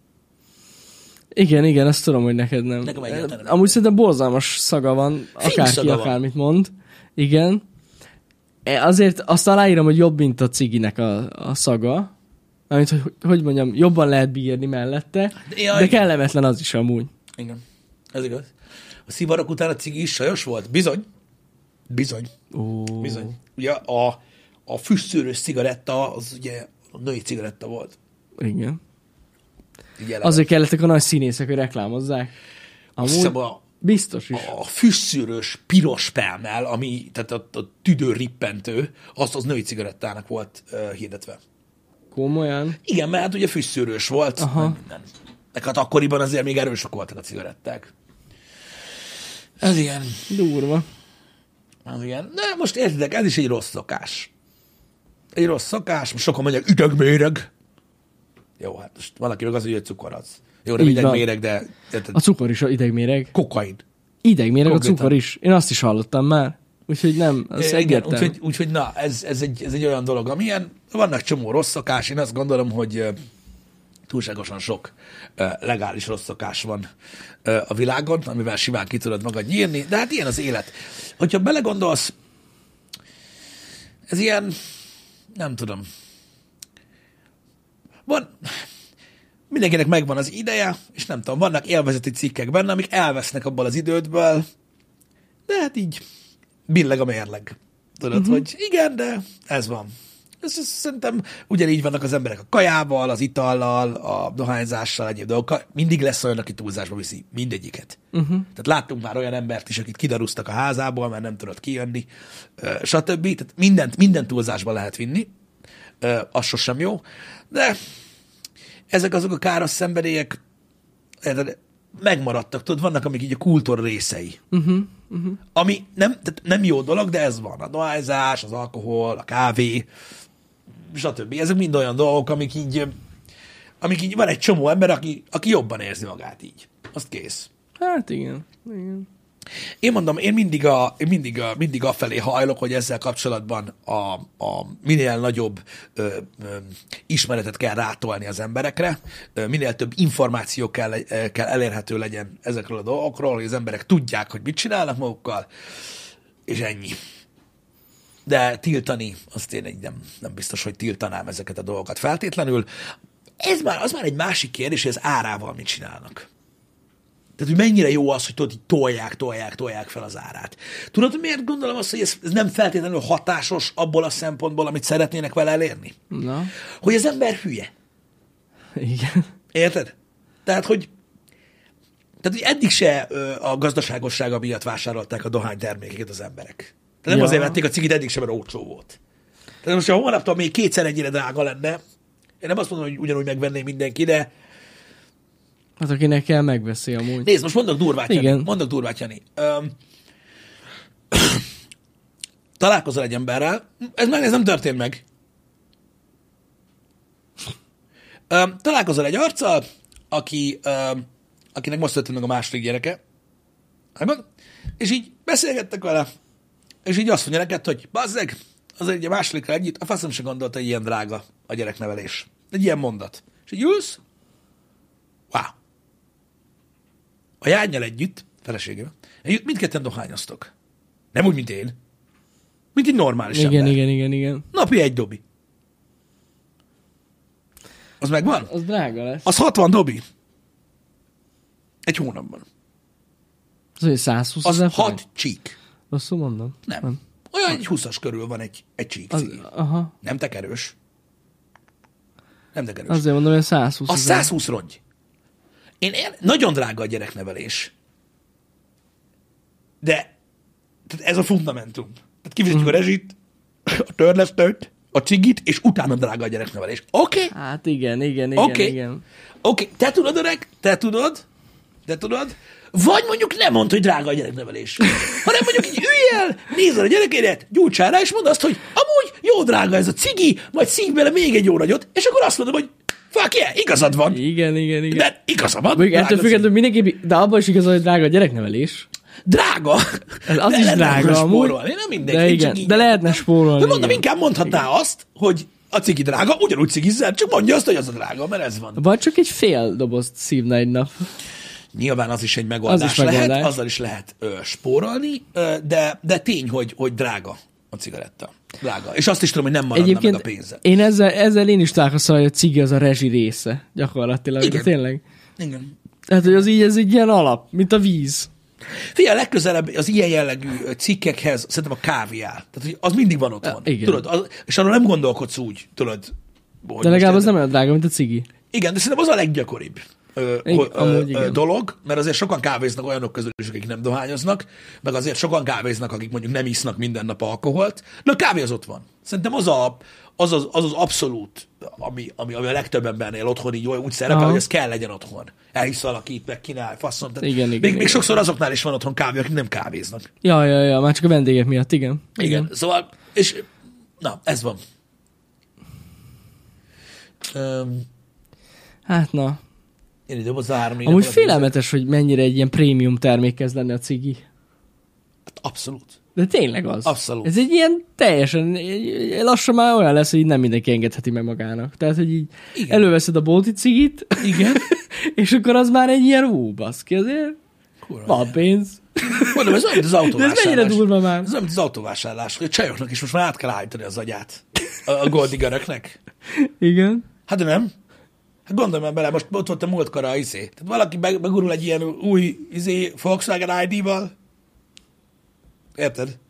Igen, azt tudom, hogy neked nem. Nekem egyáltalán. Amúgy szerintem borzalmas szaga van, akárki akármit mond. Igen. Azért azt aláírom, hogy jobb, mint a ciginek a szaga. Amit, hogy mondjam, jobban lehet bírni mellette, de kellemetlen az is amúgy. Igen, ez igaz. A szivarok után a cigi is sajos volt? Bizony. Ugye a füstszűrős cigaretta, az ugye a női cigaretta volt. Igen. Azért kellettek a nagy színészek, hogy reklámozzák. Amúgy biztos is. A füstszűrős piros pálmel, ami, tehát a tüdőr rippentő, az női cigarettának volt hirdetve. Komolyan? Igen, mert hát ugye füstszűrős volt. Aha. Hát akkoriban azért még erősek voltak a cigaretták. Ez ilyen. Durva. Ez ilyen. De most értitek, ez is egy rossz szokás. Most sokan mondják, üdegméreg. Jó, hát most valaki meg az, hogy cukor az. Jó, nem idegméreg, de... A cukor is a idegméreg. Kokain. Idegméreg a cukor is. Én azt is hallottam már. Úgyhogy nem, az egyértelmű. Úgyhogy na, ez egy olyan dolog, amilyen vannak csomó rossz szokás. Én azt gondolom, hogy túlságosan sok legális rossz szokás van a világon, amivel simán ki tudod magad nyírni, de hát ilyen az élet. Hogyha belegondolsz, ez ilyen, nem tudom, mindenkinek megvan az ideje, és nem tudom, vannak élvezeti cikkek benne, amik elvesznek abból az idődből, de hát így billeg a mérleg. Tudod, hogy igen, de ez van. Ez szerintem ugyanígy vannak az emberek a kajával, az itallal, a dohányzással, egyéb dolgokkal. Mindig lesz olyan, aki túlzásba viszi mindegyiket. Tehát láttunk már olyan embert is, akit kidarúztak a házából, mert nem tudott kijönni, stb. Tehát mindent túlzásba lehet vinni. Az sosem jó. De ezek azok a káros szenvedélyek megmaradtak, tudod, vannak, amik így a kultúra részei. Ami nem jó dolog, de ez van. A dohányzás, az alkohol, a kávé, stb. Ezek mind olyan dolgok, amik így van egy csomó ember, aki jobban érzi magát így. Azt kész. Hát igen. Én mondom, én mindig afelé hajlok, hogy ezzel kapcsolatban a minél nagyobb ismeretet kell rátolni az emberekre, minél több információ kell elérhető legyen ezekről a dolgokról, hogy az emberek tudják, hogy mit csinálnak magukkal, és ennyi. De tiltani, azt én nem biztos, hogy tiltanám ezeket a dolgokat feltétlenül. Az már egy másik kérdés, hogy az árával mit csinálnak. Tehát, hogy mennyire jó az, hogy tudod, így tolják fel az árát. Tudod, hogy miért gondolom azt, hogy ez nem feltétlenül hatásos abból a szempontból, amit szeretnének vele elérni? Na. Hogy az ember hülye. Igen. Érted? Tehát, hogy eddig se a gazdaságossága miatt vásárolták a dohánytermékeket az emberek. Tehát nem azért vették a cigit, eddig sem, mert olcsó volt. Tehát most, ha holnaptól még kétszer ennyire drága lenne, Én nem azt mondom, hogy ugyanúgy megvenné mindenki, de Hát akinek kell, megveszi amúgy. nézd, most mondok durvát, Jani. Igen. Mondok durvát, Jani. Találkozol egy emberrel, ez nem történt meg. Találkozol egy arccal, akinek most történt meg a második gyereke, és így beszélgettek vele, és így azt mondja neked, hogy bazzeg, az egy másodikra együtt, a faszom se gondolta, hogy ilyen drága a gyereknevelés. Egy ilyen mondat. És így ülsz, wow. A járnyal együtt, feleségével, együtt mindketten dohányoztok. Nem úgy, mint én. Mint egy normális ember. Igen. Napi egy dobi. Az megvan? Az drága lesz. Az 60 dobi. Egy hónapban. Az, hogy 120 Az ezer 6 csík. Rosszul mondom? Nem. Olyan egy 20-as körül van egy csík cigi. Aha. Nem tekerős. Nem tekerős. Azért mondom, hogy 120 Az 120 rongy. Nagyon drága a gyereknevelés. De tehát ez a fundamentum. Tehát kifizetjük a rezsit, a törlesztőt, a cigit, és utána drága a gyereknevelés. Oké? Hát igen. Oké. Te tudod, öreg? Te tudod? Vagy mondjuk nem mondd, hogy drága a gyereknevelés. Hanem mondjuk így ülj el, nézd a gyerekédet, gyújtsál rá, és mondd azt, hogy amúgy jó drága ez a cigi, majd szívj bele még egy jó nagyot, és akkor azt mondom, hogy fuck yeah, igazad van. Igen. De igazad van. Még ettől függetlenül mindenképp, de abban is igaz, hogy drága a gyereknevelés. Drága. Az is drága amúgy. Nem mindegy. De igen, de lehetne spórolni. De mondom, inkább mondhatná azt, hogy a cigi drága, ugyanúgy cigizzel, csak mondja azt, hogy az a drága, mert ez van. Vagy csak egy fél dobozt szívna egy nap. Nyilván az is egy megoldás, lehet, azzal is lehet spórolni, de tény, hogy drága a cigaretta. Drága. És azt is tudom, hogy nem maradna Egyébként meg a pénzed. Én ezzel én is találkoztam, hogy a cigi az a rezsi része, gyakorlatilag. Igen. Tényleg. Igen. Tehát, hogy ez így ilyen alap, mint a víz. Figyelj, legközelebb az ilyen jellegű cikkekhez szerintem a kávé áll. Tehát, hogy az mindig van otthon. Igen. Tudod, és arról nem gondolkodsz úgy, tudod. De legalább az nem olyan drága, mint a cigi. Igen, de szerintem az a leggyakoribb dolog, mert azért sokan kávéznak olyanok közül is, akik nem dohányoznak, meg azért sokan kávéznak, akik mondjuk nem isznak minden nap alkoholt, de a kávé az ott van. Szerintem az abszolút, ami a legtöbb embernél otthon így úgy szerepel, hogy ez kell legyen otthon. Elhisz valakit, meg kínál, faszom. Igen, még sokszor azoknál is van otthon kávé, akik nem kávéznak. Ja, már csak a vendégek miatt, igen. Szóval, és na, ez van. Hát na. Én ide hozzá 3 Amúgy félelmetes, hogy mennyire egy ilyen prémium termék kezd lenni a cigi. Hát abszolút. De tényleg az. Abszolút. Ez egy ilyen teljesen, lassan már olyan lesz, hogy nem mindenki engedheti meg magának. Tehát, hogy így igen. Előveszed a bolti cigit, igen. És akkor az már egy ilyen, baszki, azért van pénz. Mondom, ez olyan, mint az autóvásárlás. De ez mennyire durva már. Ez olyan, mint az autóvásárlás, hogy a csajoknak is most már át kell állítani az agyát. A goldigereknek. Igen. Hát de nem. Hát gondolj már bele, most ott volt a múltkor a izé. Tehát valaki begurul egy ilyen új Volkswagen ID-val. Érted?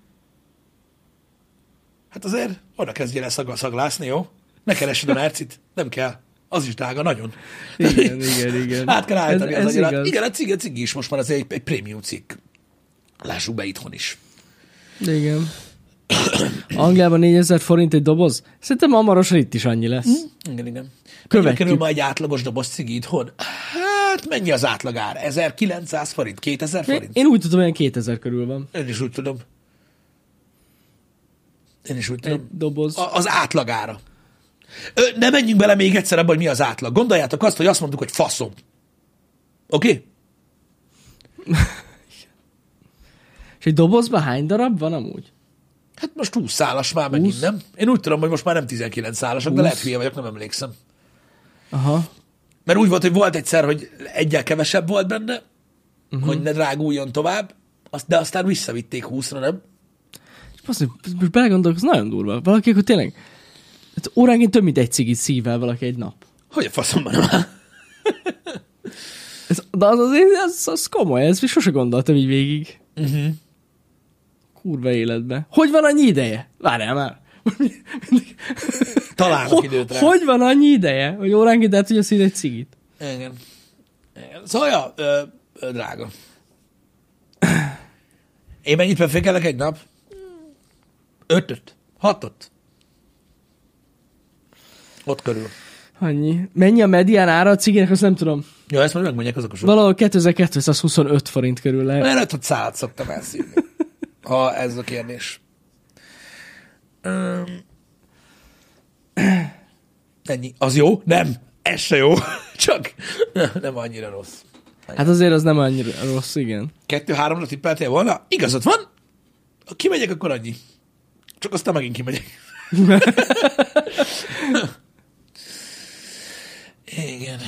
Hát azért oda kezdjél el szaglászni, jó? Ne keresed a mercit. Nem kell. Az is drága, nagyon. Igen. Át kell állítani az agyat. Igaz. Igen, a cigi is most már azért egy prémium cikk. Lássuk be itthon is. Igen. Angliában 4000 forint egy doboz? Szerintem hamarosan itt is annyi lesz. Igen. Követjük. Kerül ma egy átlagos doboz cigi itthon? Hát mennyi az átlagár? 1900 forint? 2000 forint? Én úgy tudom, olyan 2000 körül van. Én is úgy tudom. Egy doboz. Az átlagára. Ne menjünk bele még egyszer abba, hogy mi az átlag. Gondoljátok azt, hogy azt mondtuk, hogy faszom. Oké? És egy dobozban hány darab van amúgy? Hát most 20 szálas már megint, nem? Én úgy tudom, hogy most már nem 19 szálasak, 20. De lehet hülye vagyok, nem emlékszem. Aha. Mert úgy volt, hogy volt egyszer, hogy egyel kevesebb volt benne, hogy ne dráguljon tovább, de aztán visszavitték 20-ra, nem? És most belegondolok, ez nagyon durva. Valaki akkor tényleg óránként több mint egy cigit szível valaki egy nap. Hogy a faszomban már? De az komoly, ezt még sose gondoltam így végig. Kurva életbe. Hogy van annyi ideje? Várjál már. Találnak időt rá. Hogy van annyi ideje, hogy óránként el tudja szívni egy cigit? Igen. Szóval, drága. Én mennyit befékelek egy nap? 5-6. Ott körül. Annyi. Mennyi a medián ára a ciginek, azt nem tudom. Ja, ezt majd megmondják azok a sok. Valahol 2225 forint körül lehet. Olyan 5-6 szoktam elszívni, ha ez a kérdés. Ennyi. Az jó? Nem. Ez se jó. Csak nem annyira rossz. Hát azért az nem annyira rossz, igen. 2-3-ra tippeltél volna? Igazad van? Ha kimegyek, akkor annyi. Csak aztán megint kimegyek. Igen.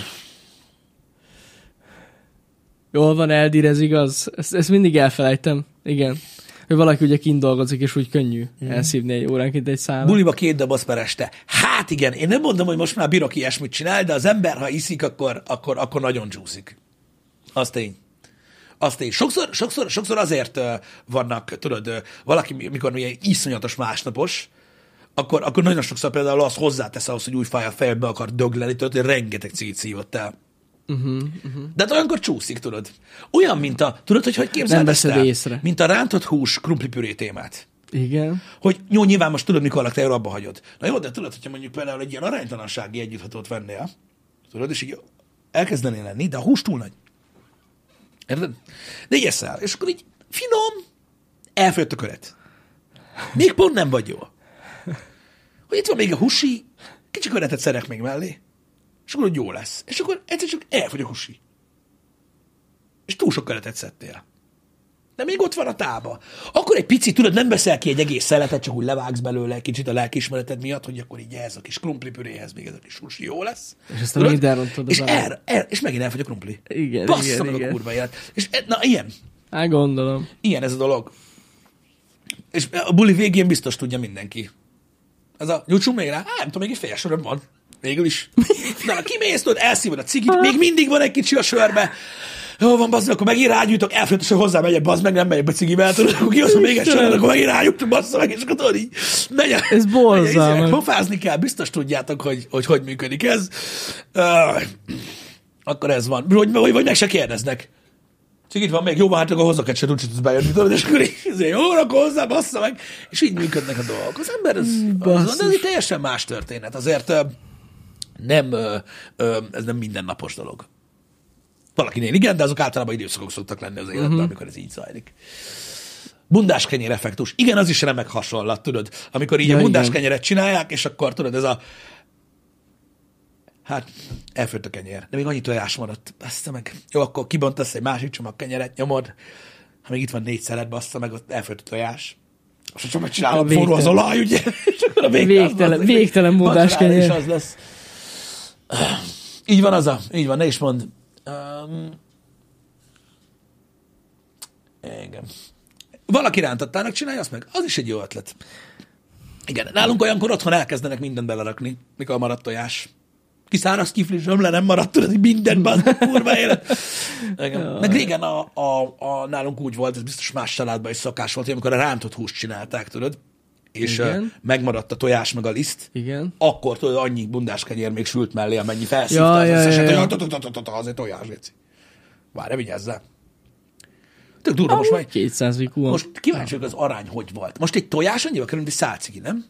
Jól van, Eldir, ez igaz. Ezt mindig elfelejtem. Igen. Hogy valaki ugye kint dolgozik, és úgy könnyű elszívni egy óránként egy szállal. Buliba 2 doboz per este. Hát igen, én nem mondom, hogy most már bírok ilyesmit csinálni, de az ember, ha iszik, akkor nagyon csúszik. Az tény. Azt tény. Sokszor azért vannak, tudod, valaki, mikor ilyen iszonyatos másnapos, akkor nagyon sokszor például az hozzátesz ahhoz, hogy új fáj a fejedbe akar dögleni, tudod, hogy rengeteg cigit szívott el. De hát olyankor csúszik, tudod. Olyan, mint tudod, hogy képzeld ezt el? Észre. Mint a rántott hús krumplipüré témát. Igen. Hogy jó, nyilván most tudod, mikor te abba hagyod. Na jó, de tudod, hogyha mondjuk például egy ilyen aránytalansági együtthatót vennél, tudod, és így elkezdenél lenni, de a hús túl nagy. Érted? De így eszel, és akkor így finom, elfogyott a köret. Még pont nem vagy jó. Hogy itt van még a husi, kicsi köretet szerek még mellé, és akkor jó lesz. És akkor egyszer csak elfogy a husi. És túl sok köretet szedtél. De még ott van a tába. Akkor egy picit, tudod, nem veszel ki egy egész szeletet, csak úgy levágsz belőle egy kicsit a lelkiismereted miatt, hogy akkor így ez a kis krumplipüréhez még ez a kis husi jó lesz. És aztán megint elrontod és és megint elfogy a krumpli. Igen, Bassza meg igen. a kurva élet. És na, ilyen. Hát gondolom. Ilyen ez a dolog. És a buli végén biztos tudja mindenki. Ez a nyújtsunk még rá? Hát, nem tudom, még egy fél söröm van. Végül is. Na, kimész, tudod, elszívod a cigit, még mindig van egy kicsi a sörbe. Jó van, bazd meg, akkor megint rágyújtok, elfogyott, és hozzá megyek, bazd meg, nem megyek be cigivel, tudod, akkor kihozom még egy söröt, akkor megint rágyújtok, bassza meg, és akkor tudod így. Ez borzalmas. Pofázni kell, biztos tudjátok, hogy működik ez. Akkor ez van. Vagy meg se kérdeznek. Cigit van még, jó van, hát akkor hozzak egy sört, úgyhogy tudsz bejönni, tudod, és akkor így, jó, akkor hozzá, bassza meg, és így működnek a dolgok. Az ember, ez egy teljesen más történet. Azért ez nem mindennapos dolog. Valakinél igen, de azok általában időszakok szoktak lenni az életben, amikor ez így zajlik. Bundáskenyér effektus. Igen, az is remek hasonlat, tudod. Amikor így a bundáskenyeret csinálják, és akkor tudod, ez a hát, elfőtt a kenyér. De még annyi tojás maradt. Bassza meg. Jó, akkor kibontasz egy másik csomag kenyeret, nyomod. Ha még itt van 4 szelet, bassza meg, ott elfőtt a tojás. Azt csak megcsinálom, forró az olaj, ugye? És akkor a végtelen bundáskenyér. És az lesz. Így van így van, ne is mondd. Igen. Valaki rántattának csinálja, azt meg. Az is egy jó ötlet. Igen, nálunk olyankor otthon elkezdenek mindent belerakni, mikor maradt tojás. Kiszáraz kiflis, nem maradt, tudod, hogy mindenben az kurva élet. Meg régen nálunk úgy volt, ez biztos más családban is szokás volt, hogy amikor a rántott húst csinálták, tudod, és megmaradt a tojás meg a liszt, igen. Akkor tudod, annyi bundáskenyér még sült mellé, amennyi felszívta az összeset, hogy azért tojás, léci. Várj, vigyázzál. Tök durva, most már 200 vikú. Most kíváncsi vagyok, az arány hogy volt. Most egy tojás annyiba kerül, mint egy szálcigi, nem?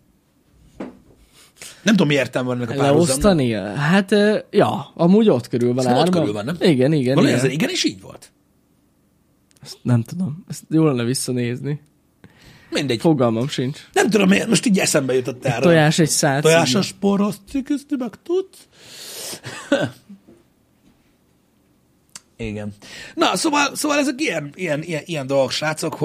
Nem tudom, mi értelme van ennek a párhuzamnak. Leosztani? Hát, ja, amúgy ott körül van árban. Ott körül van, nem? Igen. Valami ez igen, és így volt. Ezt nem tudom. Ezt jól lenne visszanézni. Mindegy. Fogalmam sincs. Nem tudom, miért most így eszembe jutott erre. Tojás egy szálcigi. Tojásos poroszt cikizni meg tudsz. Igen. Na, szóval ezek ilyen dolgok, srácok,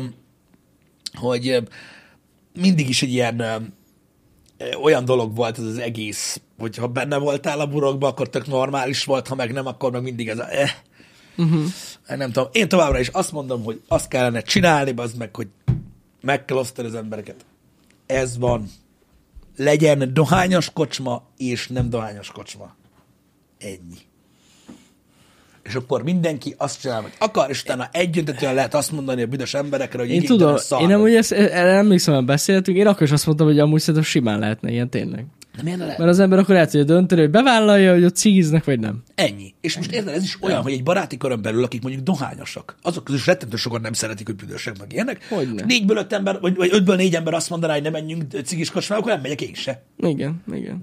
hogy mindig is egy ilyen olyan dolog volt ez az egész, hogy ha benne voltál a burokba, akkor tök normális volt, ha meg nem, akkor meg mindig ez a nem tudom. Én továbbra is azt mondom, hogy azt kellene csinálni, az meg, hogy meg kell osztani az embereket. Ez van. Legyen dohányos kocsma, és nem dohányos kocsma. Ennyi. És akkor mindenki azt csinál, hogy akar, és utána egyöntetően lehet azt mondani a büdös emberekre, hogy én tudom, én amúgy erre emlékszem, hogy beszéltünk, én akkor is azt mondtam, hogy amúgy szerintem simán lehetne ilyen tényleg. De miért ne lehet? Mert az ember akkor el tudja dönteni, hogy bevállalja, hogy ott cigiznek, vagy nem. Ennyi. És most érted, ez is olyan, hogy egy baráti körön belül, akik mondjuk dohányosak, azok közül rettentő sokan nem szeretik, hogy büdösek meg ilyenek. Hogyne. 4-ből 5 ember, vagy 5-ből 4 ember azt mondaná, hogy ne menjünk cigis kocsmába, akkor nem megyek én se. Igen.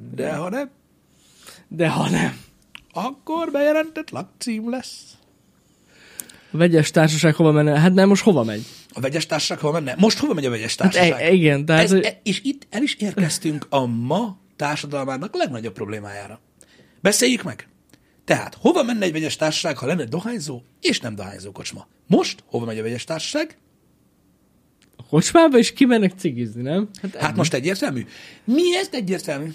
De ha nem, akkor bejelentett lakcím lesz. A vegyes társaság hova menne? Hát nem, most hova megy? A vegyes társaság hova menne? Most hova megy a vegyes társaság? Hát igen, tehát... És itt el is érkeztünk a ma társadalmának legnagyobb problémájára. Beszéljük meg. Tehát, hova menne egy vegyes társaság, ha lenne dohányzó és nem dohányzó kocsma? Most hova megy a vegyes társaság? A kocsmába is kimennek cigizni, nem? Hát most egyértelmű? Miért egyértelmű?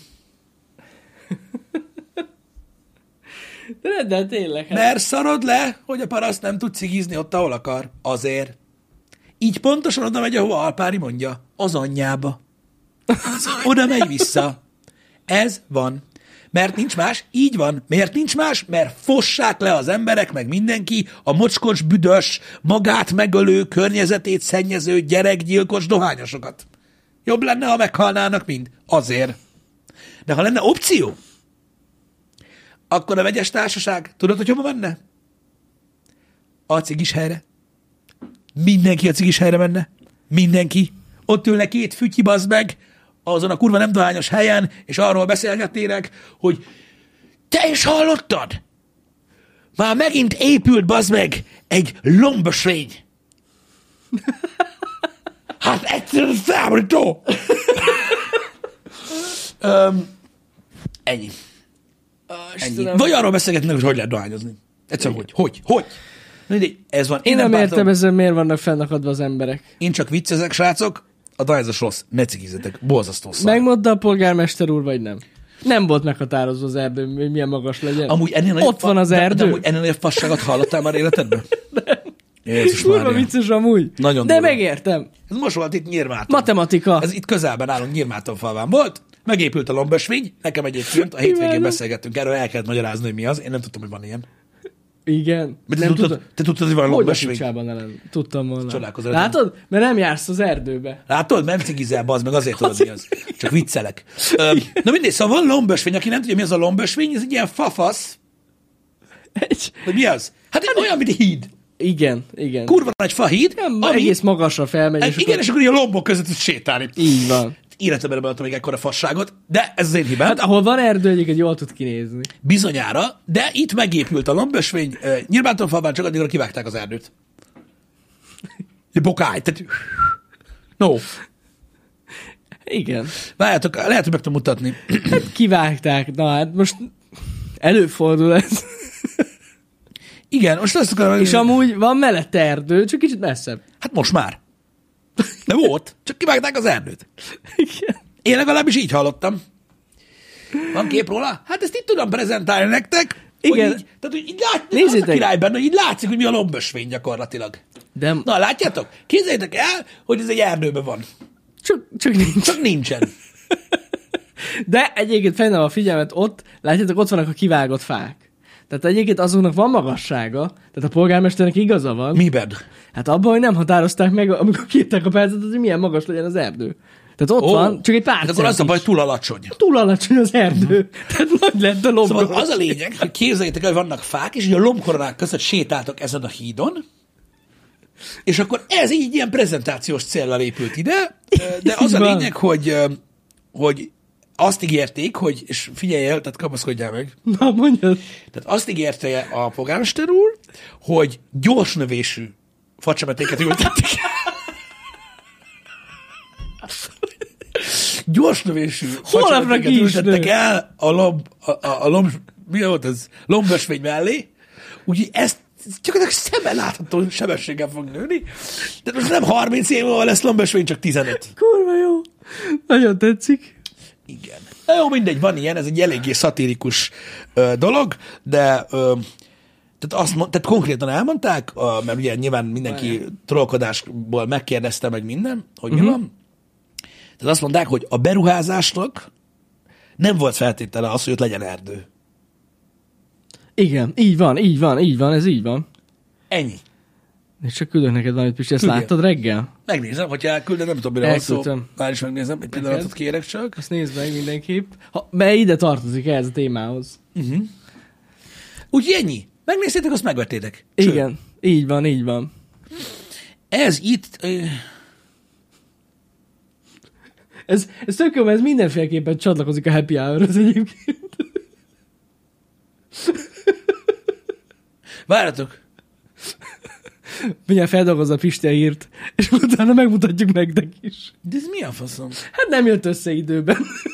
De tényleg. Hát... Mert szarod le, hogy a paraszt nem tud cigizni ott, ahol akar. Azért. Így pontosan oda megy, ahova Alpári mondja. Az anyjába. Oda megy vissza. Ez van. Mert nincs más? Így van. Miért nincs más? Mert fossák le az emberek, meg mindenki a mocskos, büdös, magát megölő, környezetét szennyező, gyerekgyilkos dohányosokat. Jobb lenne, ha meghalnának mind. Azért. De ha lenne opció, akkor a vegyes társaság, tudod, hogy hova menne? A cigis helyre. Mindenki a cigis helyre menne. Mindenki. Ott ülne 2 fütyi, bazd meg, azon a kurva nem dohányos helyen, és arról beszélgetnének, hogy te is hallottad? Már megint épült, bazd meg, egy lombösvény. Hát egyszerűen számító. Ennyi. Ennyi. Vagy arról beszélgetnek, hogy lehet dohányozni. Egyszerűen hogy. Mindegy, ez van. Én nem értem ezzel, miért vannak fennakadva az emberek. Én csak viccezek, srácok. A dohányzás rossz. Ne cigizzetek. Borzasztó szar. Megmondta a polgármester úr, vagy nem? Nem volt meghatározva az erdő, hogy milyen magas legyen. Amúgy ennél ott van az erdő. De amúgy ennél nagyobb fasságot hallottál már életedben? Jézus Kurva Mária. vicces amúgy. Nagyon de durva. megértem. Ez most volt itt Nyírmáton. Matematika. Ez itt közelben állunk, Nyírmátonfalván volt. Megépült a lombösvény. Nekem egyébként a hétvégén beszélgettünk erről, el kellett magyarázni, hogy mi az. Én nem tudtam, hogy van ilyen. Igen. Te tudtad, hogy van lombösvény? Tudtam volna. Csodálkozol. Látod? Mert nem jársz az erdőbe. Látod? Nem cigizel, bazd meg, azért tudod, mi az. Csak viccelek. Na mindegy, szóval van lombösvény, aki nem tudja, mi az a lombösvény, ez egy ilyen fafasz. Hogy mi az? Hát olyan, mint egy híd. Igen. Kurva nagy fahíd. Ami egész magasra felmegy. És igen, és akkor ilyen lombok között tud sétálni. Így van. Életemben nem láttam még ekkora fasságot, de ez az én hibám. Hát ahol van erdő, egyébként jól tud kinézni. Bizonyára, de itt megépült a lombösvény. Nyírmátonfalván csak addigra kivágták az erdőt. Bokály, tehát... No. Igen. Várjátok, lehet, hogy meg tudom mutatni. Hát kivágták. Na hát most előfordul ez. Igen, most azt akarom... És amúgy van mellette erdő, csak kicsit messzebb. Hát most már. De volt, csak kivágták az erdőt. Igen. Én legalábbis így hallottam. Van kép róla? Hát ezt itt tudom prezentálni nektek. Igen. Hogy így, tehát, hogy így nézzétek. Az a király benne, hogy így látszik, hogy mi a lombösvény gyakorlatilag. De... Na, látjátok? Képzeljétek el, hogy ez egy erdőben van. Csak nincs. Csak nincsen. De egyébként fejlem a figyelmet ott, látjátok, ott vannak a kivágott fák. Tehát egyébként azoknak van magassága, tehát a polgármesternek igaza van. Miben? Hát abban, hogy nem határozták meg, amikor kiírták a pályázatot, hogy milyen magas legyen az erdő. Tehát ott van, csak egy pár akkor az a baj, túl alacsony. Túl alacsony az erdő. Tehát nagy lett a lombkoronák. Szóval az a lényeg, hogy képzeljétek el, hogy vannak fák, és így a lombkoronák között sétáltok ezen a hídon, és akkor ez így ilyen prezentációs céllal épült ide, de az a lényeg, hogy azt ígérték, hogy, és figyelj el, tehát kapaszkodjál meg. Na, mondjad. Tehát azt ígérte a polgármester úr, hogy gyors növésű facsemetéket ültettek. Gyors növésű facsemetéket ültettek el a mi volt ez? Lombösvény mellé. Úgyhogy ezt gyakorlatilag szemmel látható sebességgel fog nőni. De most nem 30 év múlva lesz lombösvény, csak 15. Kurva jó. Nagyon tetszik. Igen. Na jó, mindegy, van ilyen, ez egy eléggé szatirikus dolog, de tehát konkrétan elmondták, mert ugye nyilván mindenki trollkodásból megkérdezte meg minden, hogy mi van. Tehát azt mondták, hogy a beruházásnak nem volt feltétele az, hogy ott legyen erdő. Igen, így van, ez így van. Ennyi. És csak küldök neked valamit, Pisti, ezt Küldjél. láttad reggel? Megnézem, hogyha elküldöd, nem tudom, mire van szó. Elküldtem. Már is megnézem, egy pillanatot kérek csak. Azt nézd meg mindenképp. Mert ide tartozik ehhez a témához. Úgyhogy ennyi. Megnéztétek, azt megvettétek. Igen, így van, így van. Ez itt... Ez tök jó, mert ez mindenféleképpen csatlakozik a happy hour-hoz egyébként. Várjatok. Mindjárt feldolgozza Pisti a hírt, és utána megmutatjuk nektek is. De ez mi a faszom? Hát nem jött össze időben.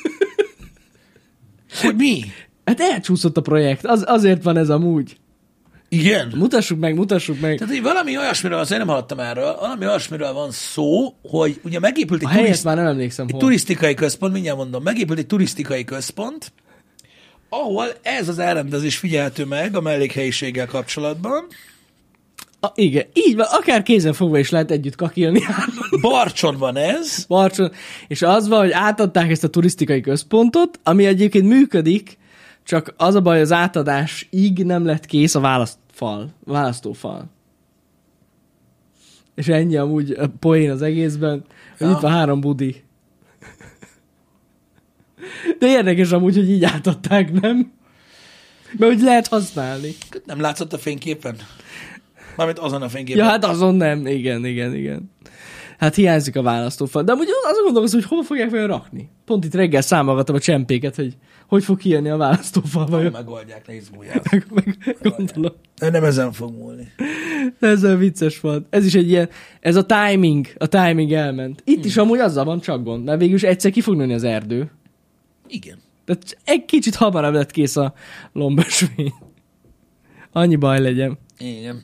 Hogy mi? Hát elcsúszott a projekt, azért van ez amúgy. Igen. Mutassuk meg. Tehát, hogy valami olyasmiről, azt én nem hallottam erről, valami olyasmiről van szó, hogy ugye megépült A egy, helyet már nem emlékszem, hol. turisztikai központ, mindjárt mondom, megépült egy turisztikai központ, ahol ez az elrendezés figyelhető meg a mellékhelyiséggel kapcsolatban. Igen, így van, akár kézen fogva is lehet együtt kakilni. Barcson van ez. Barcson. És az van, hogy átadták ezt a turisztikai központot, ami egyébként működik, csak az a baj, az átadásig nem lett kész a választófal. És ennyi amúgy a poén az egészben, hogy itt van 3 budi. De érdekes amúgy, hogy így átadták, nem? Mert úgy lehet használni. Nem látszott a fényképen? Mármint azon a fényképen. Ja, hát azon nem. Igen. Hát hiányzik a választófal. De amúgy azon gondolkozom, hogy hova fogják vajon rakni. Pont itt reggel számolgattam a csempéket, hogy fog kijönni a választófal vajon. Megoldják, ne izguljál. Meg gondolom. Nem ezen fog múlni. Ezzel vicces volt. Ez is egy ilyen, ez a timing elment. Itt is amúgy azzal van csak gond, mert végül is egyszer ki fog nőni az erdő. Igen. Tehát egy kicsit hamarabb lett kész a lombösvény. Annyi baj legyen. Igen.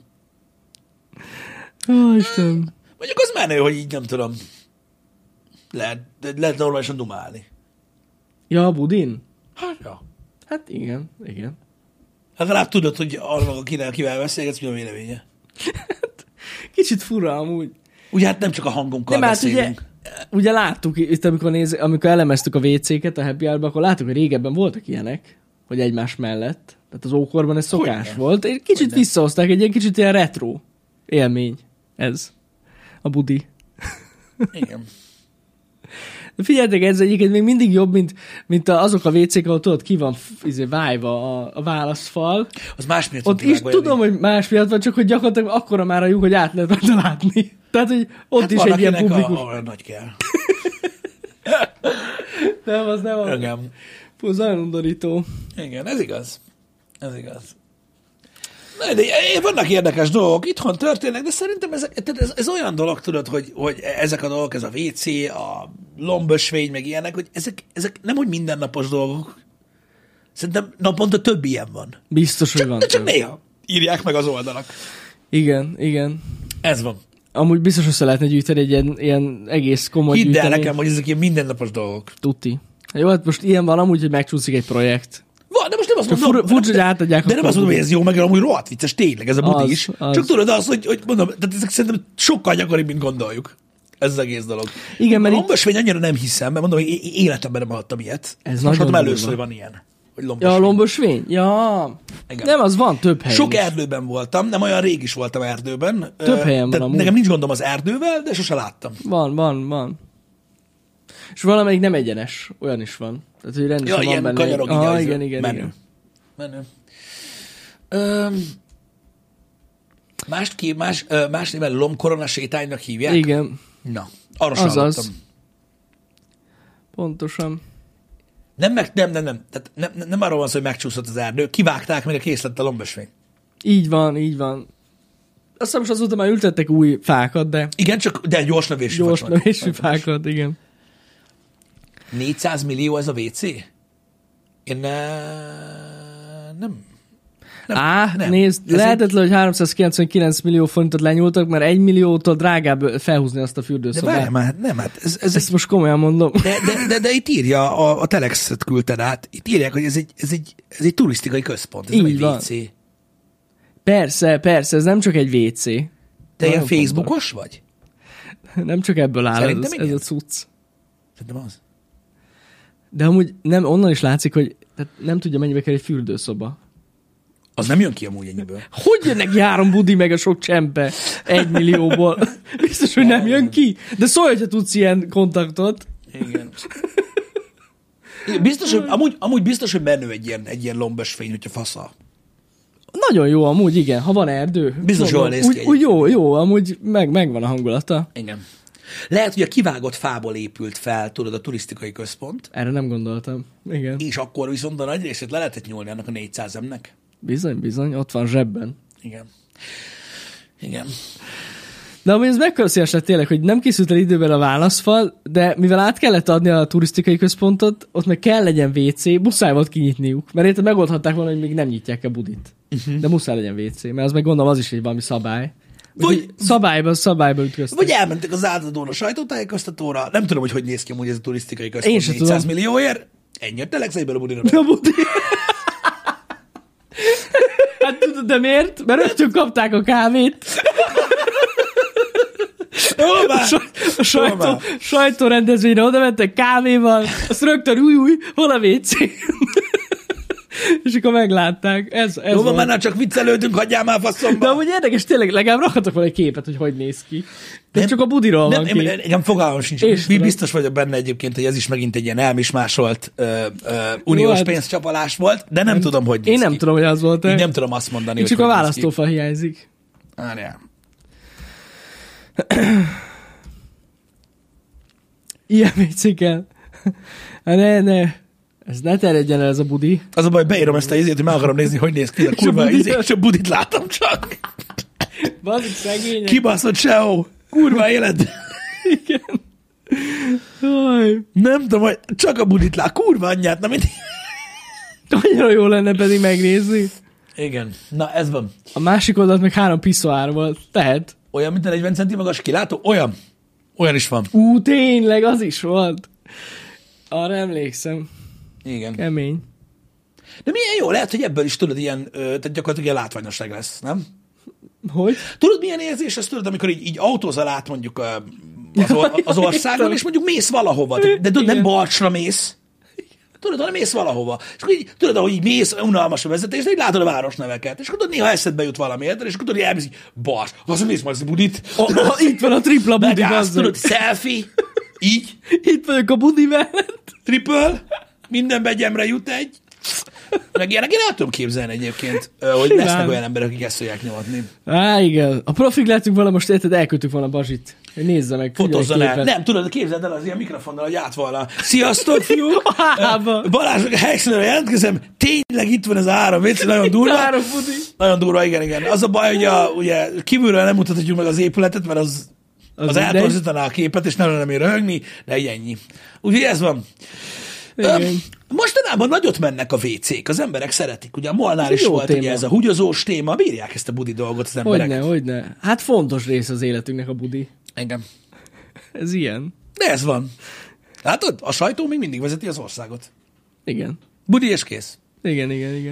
Ó, Istenem. Mondjuk az menő, hogy így nem tudom. Lehet normálisan dumálni. Ja, a budin? Hát, ja. Hát igen. Legalább tudod, hogy arra, kivel beszélgetsz, mi a véleménye. Kicsit fura amúgy. Ugye hát nem csak a hangunkkal Nem, hát beszélünk. ugye láttuk itt, amikor elemeztük a WC-ket a Happy Hour-ba, akkor láttuk, hogy régebben voltak ilyenek, hogy egymás mellett. Tehát az ókorban ez szokás Hogyne. volt. Egy kicsit Hogyne. visszahozták, egy ilyen kicsit ilyen retro élmény ez. A budi. Igen. De figyeljetek, ez egyébként még mindig jobb, mint azok a WC-k, ahol tudod, ki van vájva a válaszfal. Az más miatt Ott is tudom, hogy más miatt van, csak hogy gyakorlatilag akkora már a lyuk, hogy át lehet rajta látni. Tehát, hogy ott hát is egy ilyen publikus. Olyan nagy kell. Nem, az nem a... Igen. Az nagyon undorító. Igen, ez igaz. Na, de vannak érdekes dolgok, itthon történnek, de szerintem ez olyan dolog, tudod, hogy ezek a dolgok, ez a WC, a lombösvény, meg ilyenek, hogy ezek nem hogy mindennapos dolgok. Szerintem naponta több ilyen van. Biztos, hogy van. De csak több. néha írják meg az oldalak. Igen. Ez van. Amúgy biztos össze lehetne gyűjteni egy ilyen egész komoly Hidd el gyűjteményt. nekem, hogy ezek ilyen mindennapos dolgok. Tuti. Jó, hát most ilyen van amúgy, hogy megcsúszik egy projekt. Van, de most nem azt Csak mondom, furcsa, hogy átadják. de nem azt mondom, hogy ez jó, meg amúgy rohadt vicces, tényleg, ez a budi Az, is. az. Csak tudod azt, hogy mondom, tehát ezek szerintem sokkal gyakoribb, mint gondoljuk. Ez az egész dolog. Igen, mert a itt... lombösvény annyira nem hiszem, mert mondom, hogy életemben nem hallottam ilyet. Ez most nagyon hallottam először, durva. hogy van ilyen. Hogy Ja, lombösvény. a lombösvény? Ja. Igen. Nem, az van több helyen Sok is. erdőben voltam, nem olyan rég is voltam erdőben. Több helyen van Tehát amúgy. nekem nincs gondom az erdővel, de sose láttam. Van. És valamelyik nem egyenes. Olyan is van. Tehát, hogy rendesen Ja, van ilyen benne. kanyarog így az- Igen. Menő. Más néven lombkorona sétánynak hívják? Igen. Na, arra sem Azaz. hallottam. Pontosan. Nem. Tehát nem arról van szó, hogy megcsúszott az erdő. Kivágták, mire kész lett a lombösvény. Így van. Azt hiszem, most azóta már ültettek új fákat, de Igen, de gyors növésű gyors vagy van. növésű fákat, igen. 400 millió ez a WC? Én nem. Nem. Nézd, Ez lehetetlen, hogy 399 millió forintot lenyúltak, mert 1 milliótól drágább felhúzni azt a De fürdőszobát. várj már, nem, hát ez Ezt most komolyan mondom. de itt írja, a Telexet küldted át, itt írják, hogy ez egy turisztikai központ, ez nem Így egy van. WC. Persze, ez nem csak egy WC. Te ilyen Nagyon Facebookos vagy? Nem csak ebből áll Szerintem ez a igen. cucc. Szerintem az. De amúgy nem, onnan is látszik, hogy tehát nem tudja, mennyibe kell egy fürdőszoba. Az nem jön ki amúgy ennyiből. Hogy jönnek 3 budi meg a sok csempe 1 millióból? Biztos, hogy nem jön ki. De szólj, hogyha tudsz ilyen kontaktot. Igen. Biztos, hogy, amúgy biztos, hogy menő egy ilyen lombos fény, hogyha fasza. Nagyon jó amúgy, igen, ha van erdő. Biztos jól néz ki. Úgy jó, amúgy megvan a hangulata. Igen. Lehet, hogy a kivágott fából épült fel, tudod, a turisztikai központ. Erre nem gondoltam. Igen. És akkor viszont a nagy részét le lehetett nyúlni annak a 400 M-nek. Bizony, ott van zsebben. Igen. De amúgy ez mekkora szíves lett tényleg, hogy nem készült el időben a válaszfal, de mivel át kellett adni a turisztikai központot, ott meg kell legyen WC, muszáj volt kinyitniuk. Mert érted, megoldhatták volna, hogy még nem nyitják a budit. De muszáj legyen WC, mert az meg gondolom az is egy valami szabály. Vagy szabályba ütköztek. Vagy elmentek az átadón sajtótájékoztatóra. Nem tudom, hogy néz ki amúgy ez a turisztikai központ 400 millióért. Ennyi a telek belőle a budira. A budi. Hát tudod, de miért? Mert rögtön kapták a kávét. A sajtórendezvényre oda mentek kávéval, azt rögtön új, hol a WC? És akkor meglátták. Ez jó, van, már csak viccelődünk, hagyjál már faszomba. De amúgy érdekes, tényleg legalább rakhatok volna egy képet, hogy néz ki. De nem, csak a budiról van ki. Nem fogalmam sincs. Biztos vagyok benne egyébként, hogy ez is megint egy ilyen elmismásolt uniós pénzcsapalás volt, de nem tudom, hogy néz Én nem tudom, hogy az volt. Én nem tudom azt mondani, hogy csak a választófa hiányzik. Várjál. Ilyen WC kell. Ne. Ez ne terjedjen el ez a budi. Az a baj, beírom ezt a izét, hogy meg akarom nézni, hogy néz ki a kurva izét, és a budit látom csak. Bazik szegények. Kibaszott SEO. Kurva élet. Igen. Jaj. Nem tudom, hogy csak a budit lát. Kurva anyját, nem mint... Annyira jó lenne pedig megnézni. Igen. Na, ez van. A másik oldalt meg 3 piszoár volt. Tehet. Olyan, mint a 40 centi magas kilátó? Olyan. Olyan is van. Tényleg, az is volt. Arra emlékszem. Igen. Kemény. De milyen jó, lehet, hogy ebből is tudod ilyen, tehát gyakorlatilag ilyen látványosság lesz, nem? Hogy? Tudod, milyen érzés ez, tudod, amikor így autózol át mondjuk az országon, és mondjuk mész valahova, de tudod, nem Balcsra mész, tudod, hanem mész valahova. És akkor így, tudod, ahogy így mész, unalmas a vezetés, de így látod a városneveket. És akkor tudod, néha eszedbe jut valami, és akkor tudod, hogy elmész, Balcs, azon mész majd a budit. Itt van a tripla budi, megállsz, tudod, selfie, így. Itt vagyok a budi mellett. Triple, minden begyemre jut egy. Meg ilyenek, én el tudom képzelni egyébként, hogy lesznek olyan emberek, akik ezt fogják nyomatni. Igen. A profik lettünk volna, most érted, elküldtük volna Bazsit. Hogy nézze meg. Fotózzon el. Nem, tudod, képzeld el az ilyen mikrofonnal, hogy átvalna. Sziasztok, fiúk! Balázs, a helyszínre jelentkezem. Tényleg itt van ez a 3 WC, nagyon durva. Nagyon durva, igen. Az a baj, hogy ugye kívülről nem mutathatjuk meg az épületet, mert az eltorzítaná a képet, és nem lenne miért röhögni, de ennyi. Úgyhogy ez van. Mostanában nagyot mennek a WC-k, az emberek szeretik. Ugye a Molnál is volt ugye ez a húgyozós téma, bírják ezt a budi dolgot az emberek. Hogyne. Hát fontos rész az életünknek a budi. Engem. Ez ilyen. De ez van. Látod? A sajtó még mindig vezeti az országot. Igen. Budi és kész. Igen.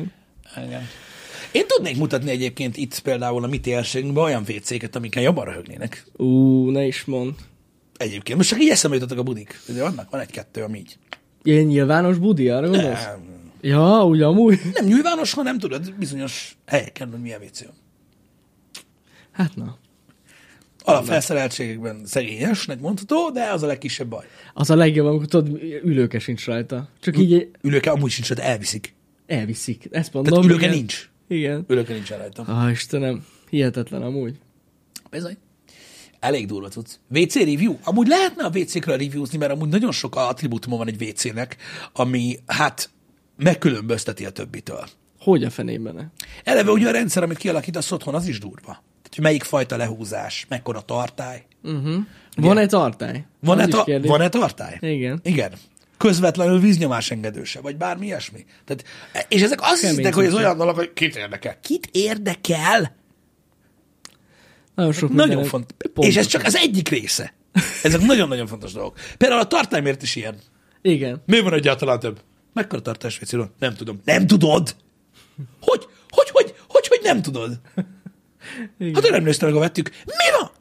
Én tudnék mutatni egyébként itt például a mi térségünkben olyan WC-ket, amikkel jobban röhögnének. Ne is mondd. Egyébként. Most csak így eszembe jutottak a budik. Ugye van egy-kettő, ami így. Ilyen nyilvános budi, arra gondolsz? Ja, úgy amúgy. Nem nyilvános, hanem tudod, bizonyos helyeken, hogy milyen WC van. Hát na. Alapfelszereltségekben szegényesnek mondható, de az a legkisebb baj. Az a legjobb, amikor tudod, ülőke sincs rajta. Csak így... Ülőke amúgy sincs, elviszik. Elviszik, ezt mondom. Tehát ülőke nincs. Igen. Ülőke nincs rajta. Istenem, hihetetlen amúgy. Bizony. Elég durva tudsz. WC review? Amúgy lehetne a WC-kről reviewzni, mert amúgy nagyon sok attribútuma van egy WC-nek, ami hát megkülönbözteti a többitől. Hogy a fenében? Eleve ugye a rendszer, amit kialakítasz otthon, az is durva. Tehát, hogy melyik fajta lehúzás, mekkora tartály. Van-e tartály? Van-e tartály? Igen. Közvetlenül víznyomás engedőse, vagy bármi ilyesmi. Tehát, és ezek azt hiszik, hogy ez olyan dolog, hogy kit érdekel. Kit érdekel? Nagyon fontos. És ez csak az egyik része. Ezek nagyon-nagyon fontos dolgok. Például a tartály miért is ilyen? Igen. Miért van egyáltalán több? Mekkora tartás vécéről? Nem tudom. Nem tudod? Hogy nem tudod? Igen. Hát én nem néztem meg, a vettük. Mi van?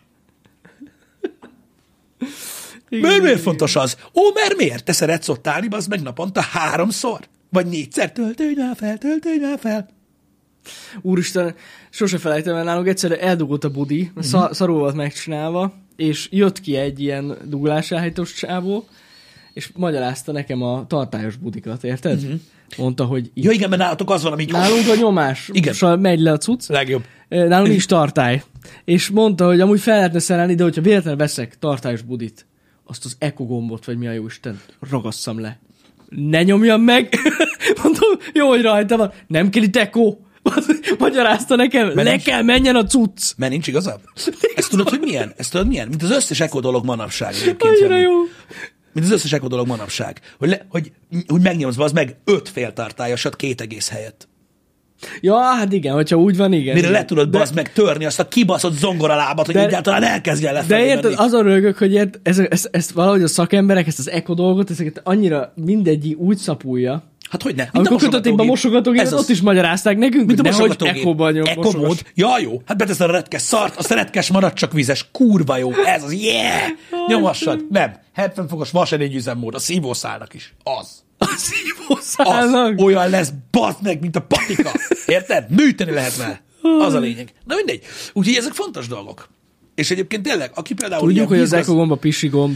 Igen, miért fontos az? Mert miért? Te szeretsz ott állni, az meg naponta 3-szor? Vagy 4-szer? Töltődj már fel. Úristen, sose felejtem el, nálunk egyszer eldugott a budi, szarul volt megcsinálva, és jött ki egy ilyen duglásállítós csávó, és magyarázta nekem a tartályos budikat, érted? Mondta, hogy... Ja igen, mert nálatok az van, ami... Nálunk a nyomás, szóval megy le a cucc. Legjobb. Nálunk is tartály. És mondta, hogy amúgy fel lehetne szerelni, de hogyha véletlenül veszek tartályos budit, azt az Eco gombot, vagy mi a jó Isten, ragasszam le. Ne nyomjam meg! Mondom, jó, hogy rajta van. Nem kell itt Eco. Magyarázta nekem, le kell menjen a cucc. Mert nincs igazabb? Ezt tudod, hogy milyen? Ezt tudod, milyen? Mint az összes Eco dolog manapság egyébként. Annyira jó. Mint az összes Eco dolog manapság. Hogy megnyomsz be, az meg 5 féltartályosat 2 egész helyett. Ja, hát igen, hogyha úgy van, igen. Mire le tudod bazd meg törni azt a kibaszott zongoralábat, hogy egyáltalán elkezdjen lefelé. De érted, azon rögök, hogy ezt valahogy a szakemberek, ezt az Eco dolgot, ezeket annyira mindegyik úgy szapulja. Hát hogy ne? Amikor kötötték a mosogatógépet, ott is magyarázták nekünk, mint hogy nehogy Eco-ban nyom Eco-mód. Ja, jó. Hát beteszed a retkes szart, azt a retkes marad csak vizes. Kurva jó. Ez az, nyomassad. Nem. 70 fokos vaserény üzemmód. A szívószálnak is. Az. A szívószálnak? Az. Olyan lesz, bazd meg, mint a patika. Érted? Műteni lehet vele. Az a lényeg. Na mindegy. Úgyhogy ezek fontos dolgok. És egyébként tényleg, aki például... Tudjuk, hogy az Eco gomb a pisi gomb.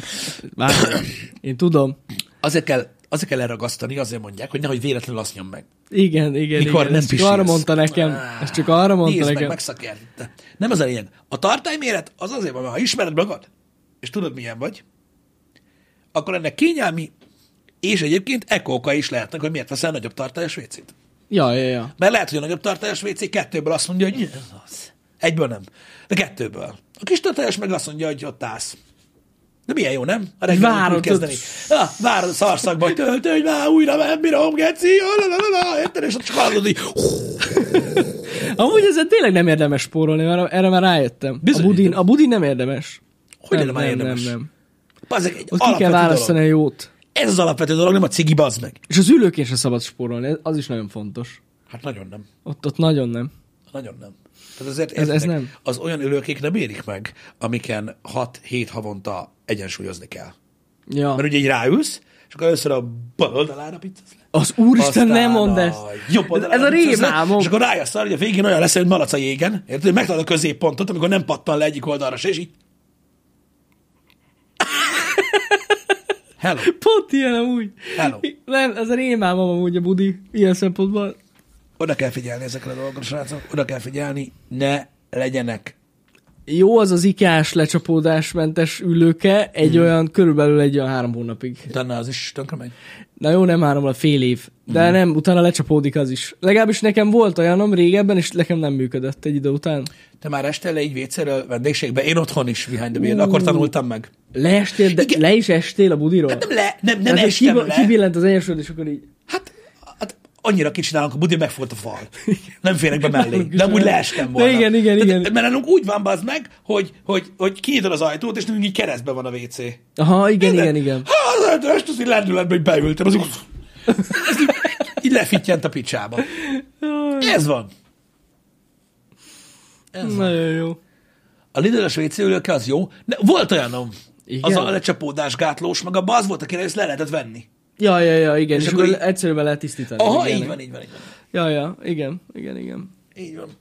Én tudom. Azért kell elragasztani, azért mondják, hogy nehogy véletlenül azt nyom meg. Igen. Mikor nem ezt csak arra mondta nekem. Ezt csak arra mondta nekem. Megszakértette. Nem az a lényeg. A tartályméret az azért van, mert ha ismered magad, és tudod milyen vagy, akkor ennek kényelmi, és egyébként ekóka is lehetnek, hogy miért veszel nagyobb tartályos WC-t. Ja. Mert lehet, hogy a nagyobb tartályos WC 2-ből azt mondja, hogy ez az. 1-ből nem. De 2-ből. A kis tartályos meg azt mondja, hogy ott állsz. De milyen jó, nem? A reggel kezdeni. Várod a szarszakba, hogy töltődj már, újra nem bírom, geci, érted, és ott csak hallod, hogy... Amúgy ezzel tényleg nem érdemes spórolni, mert erre már rájöttem. A budin nem érdemes. Hogy nem érdemes? Nem. Ott ki kell választani a jót. Ez az alapvető dolog, nem a cigi, bazd meg. És az ülőkén sem szabad spórolni, az is nagyon fontos. Hát nagyon nem. Ott nagyon nem. Nagyon nem. Tehát azért ez nem. Az olyan ülőkék nem érik meg, amiken 6-7 havonta egyensúlyozni kell. Ja. Mert ugye így ráülsz, és akkor először a bal oldalára pizzasz le. Az úristen, nem mondd ezt. Jobb oldalára ez a rémálmom. És akkor rájössz arra, hogy a végén olyan lesz, hogy malac a jégen, érted, hogy megtalálod a középpontot, amikor nem pattan le egyik oldalra se, és így. Hello. Pont ilyen amúgy. Hello. Nem, ez a rémálmom amúgy a budi, ilyen szempontból. Oda kell figyelni ezekre a dolgokra, srácok. Oda kell figyelni, ne legyenek. Jó az az ikás lecsapódásmentes ülőke, körülbelül egy olyan 3 hónapig. Utána az is tönkre megy? Na jó, nem 3, fél év. De nem, utána lecsapódik az is. Legalábbis nekem volt olyanom régebben, és nekem nem működött egy idő után. Te már estél le így vécéről vendégségbe? Én otthon is behind the wheel, akkor tanultam meg. Leestél, de le is estél a budiról? Hát nem estem le. Kibillent az egyensúlyod, és akkor így... Hát annyira kicsinálunk a budi, megfolt a fal. Nem férnek be mellé. De úgy leestem volna. De igen. Mert nálunk úgy van, bazd meg, hogy kinyitod az ajtót, és nem így keresztben van a WC. Aha, igen. Hát az ötöst, az így lendületben, hogy beültem, az így lefittyent a picsába. Ez van. Nagyon jó. A Lidl-ös WC ülőke az jó. De volt olyanom. Igen? Az a lecsapódás gátlós, meg abban az volt, akire ezt le lehetett venni. Ja, igen. És akkor egyszerűen lehet tisztítani. Aha, így van. Ja, igen. Így van.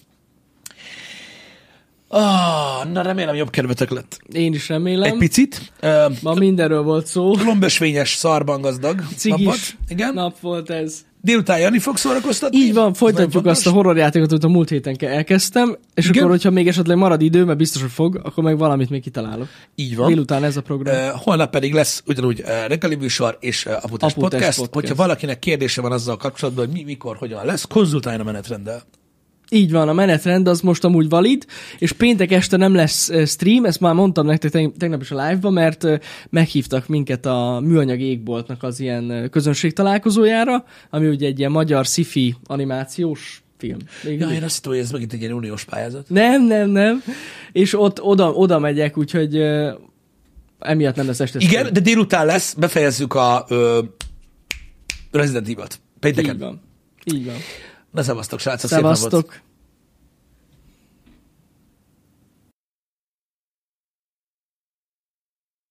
Na remélem jobb kedvetek lett. Én is remélem. Egy picit. Ma mindenről volt szó. Lombösvényes, szarban gazdag. Cigis Igen. nap volt ez. Délután Jani fog szórakoztatni. Így van, folytatjuk azt a horrorjátékot, amit a múlt héten elkezdtem, és igen? Akkor, hogyha még esetleg marad idő, mert biztos, hogy fog, akkor meg valamit még kitalálok. Így van. Délután ez a program. Holnap pedig lesz ugyanúgy reggeli műsor és Aputest podcast. Hogyha valakinek kérdése van azzal kapcsolatban, hogy mikor, hogyan lesz, konzultáljon a menetrenddel. Így van, a menetrend az most amúgy valid, és péntek este nem lesz stream, ezt már mondtam nektek tegnap is a live-ban, mert meghívtak minket a Műanyag Égboltnak az ilyen közönségtalálkozójára, ami ugye egy ilyen magyar sci-fi animációs film. Ja, én azt hittem, hogy ez megint egy ilyen uniós pályázat. Nem. És ott oda megyek, úgyhogy emiatt nem lesz este stream. Igen, de délután lesz, befejezzük a Resident Evil-t. Pénteken. Így van. Na, szevasztok, srácok, szevasztok.